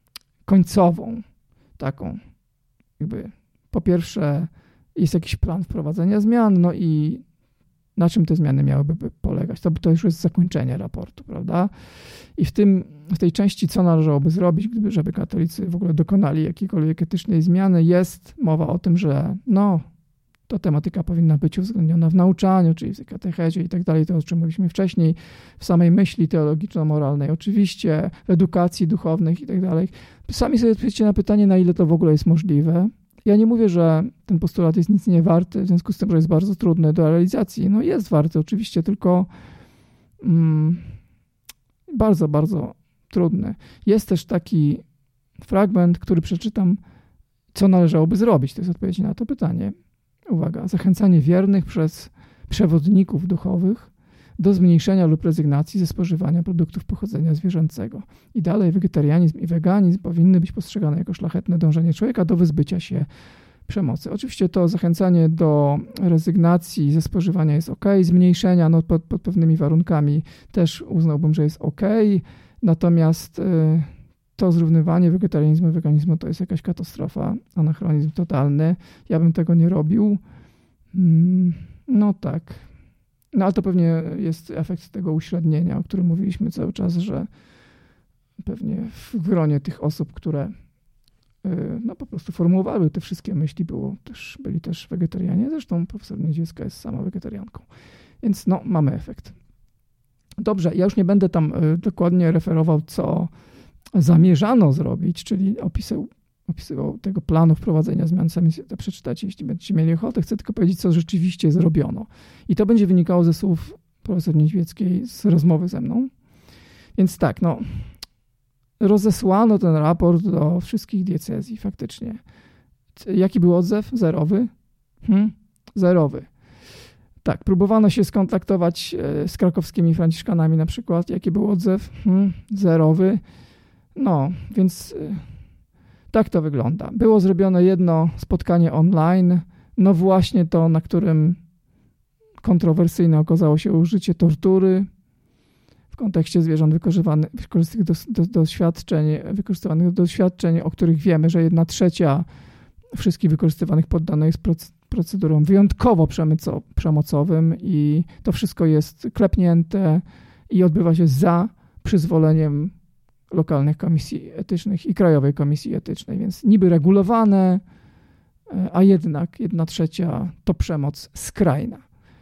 końcową, taką jakby po pierwsze jest jakiś plan wprowadzenia zmian, no i na czym te zmiany miałyby polegać. To, to już jest zakończenie raportu, prawda? I w, tym, w tej części, co należałoby zrobić, gdyby, żeby katolicy w ogóle dokonali jakiejkolwiek etycznej zmiany, jest mowa o tym, że no, to tematyka powinna być uwzględniona w nauczaniu, czyli w katechezie i tak dalej, to o czym mówiliśmy wcześniej, w samej myśli teologiczno-moralnej, oczywiście, w edukacji duchownych i tak dalej. Sami sobie odpowiedzcie na pytanie, na ile to w ogóle jest możliwe. Ja nie mówię, że ten postulat jest nic nie warty, w związku z tym, że jest bardzo trudny do realizacji. No jest warty oczywiście, tylko mm, bardzo, bardzo trudny. Jest też taki fragment, który przeczytam, co należałoby zrobić. To jest odpowiedź na to pytanie. Uwaga, zachęcanie wiernych przez przewodników duchowych do zmniejszenia lub rezygnacji ze spożywania produktów pochodzenia zwierzęcego. I dalej wegetarianizm i weganizm powinny być postrzegane jako szlachetne dążenie człowieka do wyzbycia się przemocy. Oczywiście to zachęcanie do rezygnacji ze spożywania jest ok, zmniejszenia no pod, pod pewnymi warunkami też uznałbym, że jest ok, natomiast y, to zrównywanie wegetarianizmu i weganizmu to jest jakaś katastrofa, anachronizm totalny. Ja bym tego nie robił. Mm, no tak. No ale to pewnie jest efekt tego uśrednienia, o którym mówiliśmy cały czas, że pewnie w gronie tych osób, które no po prostu formułowały te wszystkie myśli, było też, byli też wegetarianie. Zresztą profesor Niedzielska jest sama wegetarianką. Więc no, mamy efekt. Dobrze, ja już nie będę tam dokładnie referował, co zamierzano zrobić, czyli opisał, opisywał tego planu wprowadzenia zmian. Sami to przeczytacie, jeśli będziecie mieli ochotę. Chcę tylko powiedzieć, co rzeczywiście zrobiono. I to będzie wynikało ze słów profesor Niedźwieckiej z rozmowy ze mną. Więc tak, no... Rozesłano ten raport do wszystkich diecezji faktycznie. Jaki był odzew? Zerowy? Hmm? Zerowy. Tak, próbowano się skontaktować z krakowskimi franciszkanami na przykład. Jaki był odzew? Hmm? Zerowy. No, więc tak to wygląda. Było zrobione jedno spotkanie online. No właśnie to, na którym kontrowersyjne okazało się użycie tortury w kontekście zwierząt wykorzystywanych do, do, doświadczeń, wykorzystywanych do doświadczeń, o których wiemy, że jedna trzecia wszystkich wykorzystywanych poddano jest procedurą wyjątkowo przemocowym i to wszystko jest klepnięte i odbywa się za przyzwoleniem lokalnych komisji etycznych i Krajowej Komisji Etycznej, więc niby regulowane, a jednak jedna trzecia to przemoc skrajna.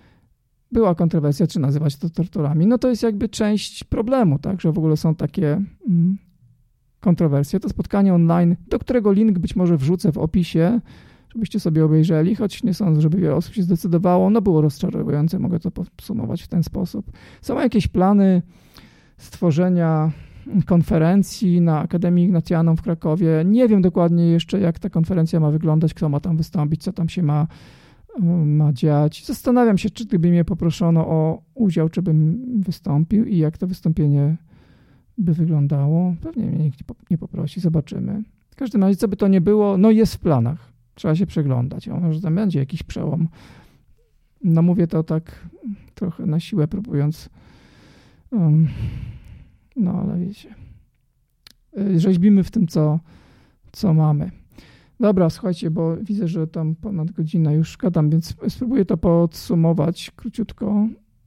Była kontrowersja, czy nazywać to torturami. No to jest jakby część problemu, tak, że w ogóle są takie mm, kontrowersje. To spotkanie online, do którego link być może wrzucę w opisie, żebyście sobie obejrzeli, choć nie sądzę, żeby wiele osób się zdecydowało. No było rozczarowujące, mogę to podsumować w ten sposób. Są jakieś plany stworzenia konferencji na Akademii Ignatianum w Krakowie. Nie wiem dokładnie jeszcze, jak ta konferencja ma wyglądać, kto ma tam wystąpić, co tam się ma ma dziać. Zastanawiam się, czy gdyby mnie poproszono o udział, czy bym wystąpił i jak to wystąpienie by wyglądało. Pewnie mnie nikt nie poprosi, zobaczymy. W każdym razie, co by to nie było, no jest w planach. Trzeba się przeglądać. O, może tam będzie jakiś przełom. No mówię to tak trochę na siłę, próbując um, no ale wiecie. Rzeźbimy w tym, co, co mamy. Dobra, słuchajcie, bo widzę, że tam ponad godzinę już gadam, więc spróbuję to podsumować króciutko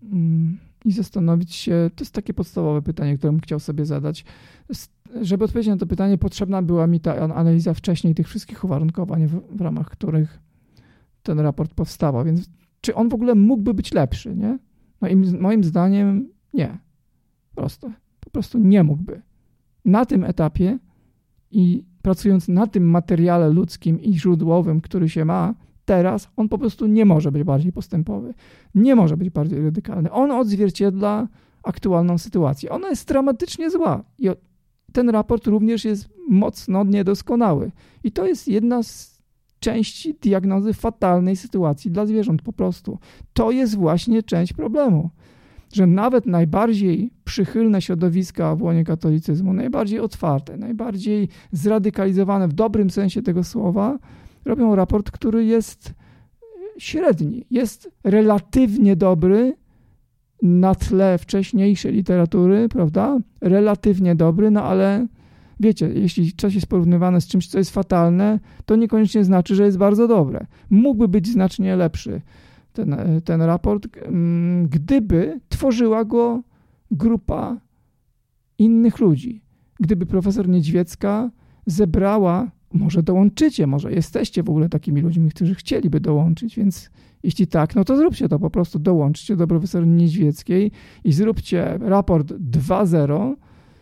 i zastanowić się. To jest takie podstawowe pytanie, które bym chciał sobie zadać. Żeby odpowiedzieć na to pytanie, potrzebna była mi ta analiza wcześniej tych wszystkich uwarunkowań, w, w ramach których ten raport powstawał. Więc czy on w ogóle mógłby być lepszy, nie? No i moim zdaniem nie. Prosto. Po prostu nie mógłby. Na tym etapie i pracując na tym materiale ludzkim i źródłowym, który się ma, teraz on po prostu nie może być bardziej postępowy. Nie może być bardziej radykalny. On odzwierciedla aktualną sytuację. Ona jest dramatycznie zła. I ten raport również jest mocno niedoskonały. I to jest jedna z części diagnozy fatalnej sytuacji dla zwierząt po prostu. To jest właśnie część problemu. Że nawet najbardziej przychylne środowiska w łonie katolicyzmu, najbardziej otwarte, najbardziej zradykalizowane w dobrym sensie tego słowa, robią raport, który jest średni, jest relatywnie dobry na tle wcześniejszej literatury, prawda? Relatywnie dobry, no ale wiecie, jeśli coś jest porównywane z czymś, co jest fatalne, to niekoniecznie znaczy, że jest bardzo dobre. Mógłby być znacznie lepszy ten, ten raport, gdyby tworzyła go grupa innych ludzi. Gdyby profesor Niedźwiecka zebrała, może dołączycie, może jesteście w ogóle takimi ludźmi, którzy chcieliby dołączyć, więc jeśli tak, no to zróbcie to, po prostu dołączcie do profesor Niedźwieckiej i zróbcie raport dwa zero,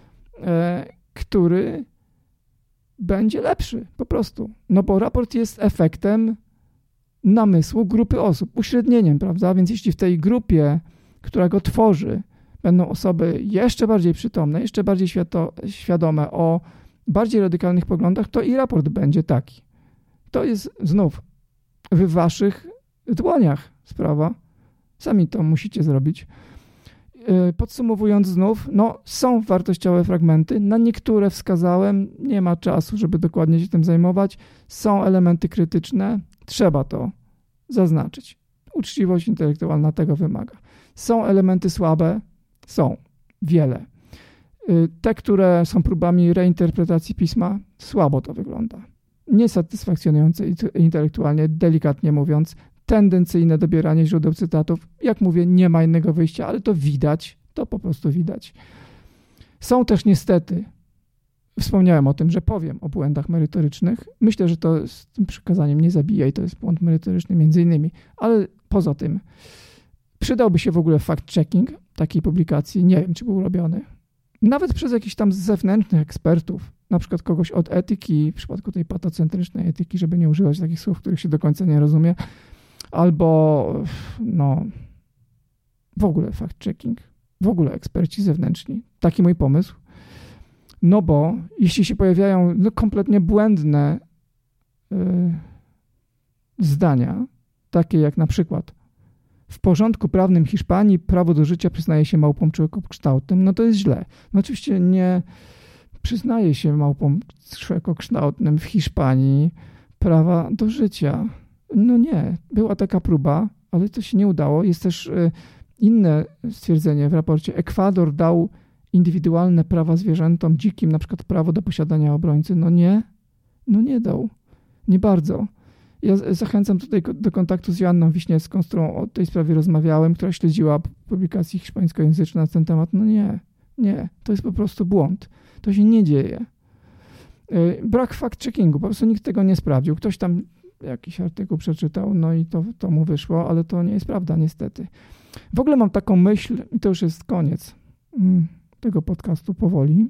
e, który będzie lepszy, po prostu. No bo raport jest efektem namysłu grupy osób, uśrednieniem, prawda? Więc jeśli w tej grupie, która go tworzy, będą osoby jeszcze bardziej przytomne, jeszcze bardziej świato- świadome o bardziej radykalnych poglądach, to i raport będzie taki. To jest znów w waszych dłoniach sprawa. Sami to musicie zrobić. Podsumowując znów, no są wartościowe fragmenty. Na niektóre wskazałem, nie ma czasu, żeby dokładnie się tym zajmować. Są elementy krytyczne, trzeba to zaznaczyć. Uczciwość intelektualna tego wymaga. Są elementy słabe, są wiele. Te, które są próbami reinterpretacji pisma, słabo to wygląda. Niesatysfakcjonujące intelektualnie, delikatnie mówiąc, tendencyjne dobieranie źródeł cytatów. Jak mówię, nie ma innego wyjścia, ale to widać, to po prostu widać. Są też niestety, wspomniałem o tym, że powiem o błędach merytorycznych. Myślę, że to z tym przykazaniem nie zabija i to jest błąd merytoryczny między innymi, ale poza tym przydałby się w ogóle fact-checking takiej publikacji. Nie wiem, czy był robiony. Nawet przez jakichś tam zewnętrznych ekspertów, na przykład kogoś od etyki, w przypadku tej patocentrycznej etyki, żeby nie używać takich słów, których się do końca nie rozumie, albo no w ogóle fact-checking, w ogóle eksperci zewnętrzni. Taki mój pomysł. No bo jeśli się pojawiają no, kompletnie błędne yy, zdania, takie jak na przykład w porządku prawnym Hiszpanii prawo do życia przyznaje się małpom człowiekokształtnym, no to jest źle. No oczywiście nie przyznaje się małpom człowiekokształtnym w Hiszpanii prawa do życia. No nie, była taka próba, ale to się nie udało. Jest też y, inne stwierdzenie w raporcie. Ekwador dał indywidualne prawa zwierzętom dzikim, na przykład prawo do posiadania obrońcy. No nie, no nie dał. Nie bardzo. Ja zachęcam tutaj do kontaktu z Joanną Wiśniewską, z którą o tej sprawie rozmawiałem, która śledziła publikacje hiszpańskojęzyczne na ten temat. No nie, nie, to jest po prostu błąd. To się nie dzieje. Brak fact-checkingu, po prostu nikt tego nie sprawdził. Ktoś tam jakiś artykuł przeczytał, no i to, to mu wyszło, ale to nie jest prawda niestety. W ogóle mam taką myśl, i to już jest koniec tego podcastu powoli,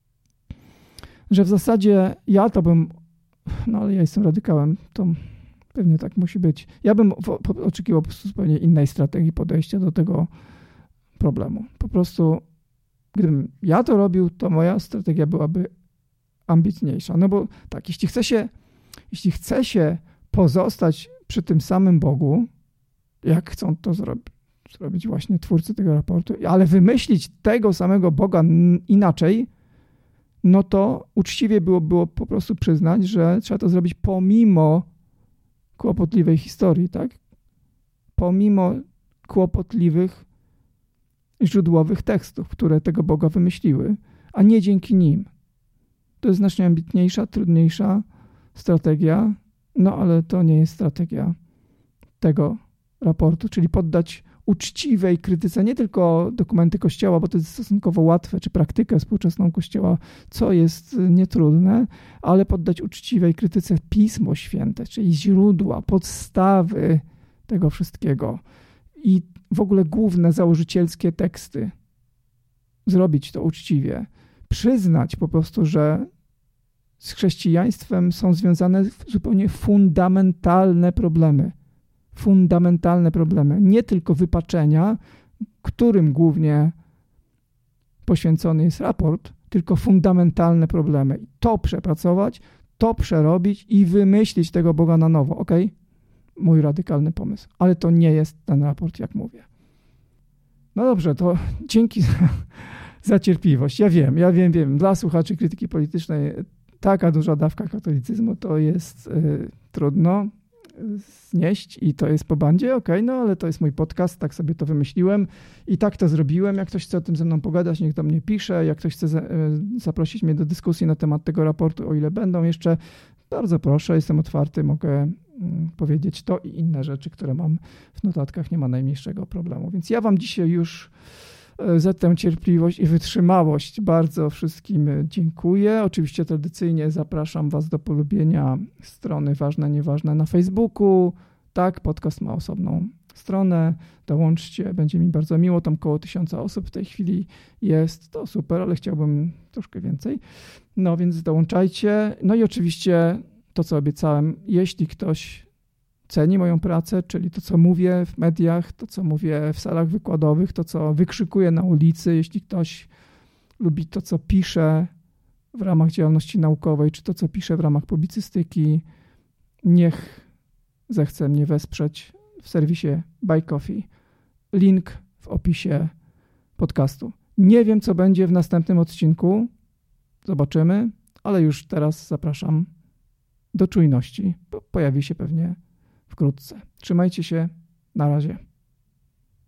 że w zasadzie ja to bym, no ale ja jestem radykałem, to pewnie tak musi być. Ja bym w, po, oczekiwał po prostu zupełnie innej strategii podejścia do tego problemu. Po prostu, gdybym ja to robił, to moja strategia byłaby ambitniejsza. No bo tak, jeśli chce się, jeśli chce się pozostać przy tym samym Bogu, jak chcą to zrobić, zrobić właśnie twórcy tego raportu, ale wymyślić tego samego Boga inaczej, no to uczciwie było, było po prostu przyznać, że trzeba to zrobić pomimo kłopotliwej historii, tak? Pomimo kłopotliwych źródłowych tekstów, które tego Boga wymyśliły, a nie dzięki nim. To jest znacznie ambitniejsza, trudniejsza strategia, no ale to nie jest strategia tego raportu, czyli poddać uczciwej krytyce nie tylko dokumenty Kościoła, bo to jest stosunkowo łatwe, czy praktykę współczesną Kościoła, co jest nietrudne, ale poddać uczciwej krytyce Pismo Święte, czyli źródła, podstawy tego wszystkiego i w ogóle główne założycielskie teksty. Zrobić to uczciwie. Przyznać po prostu, że z chrześcijaństwem są związane zupełnie fundamentalne problemy. Fundamentalne problemy. Nie tylko wypaczenia, którym głównie poświęcony jest raport, tylko fundamentalne problemy. I to przepracować, to przerobić i wymyślić tego Boga na nowo. Ok? Mój radykalny pomysł. Ale to nie jest ten raport, jak mówię. No dobrze, to dzięki za, za cierpliwość. Ja wiem, ja wiem, wiem. Dla słuchaczy krytyki politycznej taka duża dawka katolicyzmu to jest y, trudno znieść i to jest po bandzie, okej, okay, no ale to jest mój podcast, tak sobie to wymyśliłem i tak to zrobiłem. Jak ktoś chce o tym ze mną pogadać, niech do mnie pisze. Jak ktoś chce za, y, zaprosić mnie do dyskusji na temat tego raportu, o ile będą jeszcze, bardzo proszę, jestem otwarty, mogę y, powiedzieć to i inne rzeczy, które mam w notatkach, nie ma najmniejszego problemu. Więc ja wam dzisiaj już za tę cierpliwość i wytrzymałość bardzo wszystkim dziękuję. Oczywiście tradycyjnie zapraszam was do polubienia strony Ważne, Nieważne na Facebooku. Tak, podcast ma osobną stronę. Dołączcie, będzie mi bardzo miło. Tam koło tysiąca osób w tej chwili jest. To super, ale chciałbym troszkę więcej. No więc dołączajcie. No i oczywiście to, co obiecałem, jeśli ktoś ceni moją pracę, czyli to, co mówię w mediach, to, co mówię w salach wykładowych, to, co wykrzykuję na ulicy, jeśli ktoś lubi to, co piszę w ramach działalności naukowej, czy to, co piszę w ramach publicystyki, niech zechce mnie wesprzeć w serwisie Buy Coffee. Link w opisie podcastu. Nie wiem, co będzie w następnym odcinku. Zobaczymy, ale już teraz zapraszam do czujności, bo pojawi się pewnie wkrótce. Trzymajcie się. Na razie.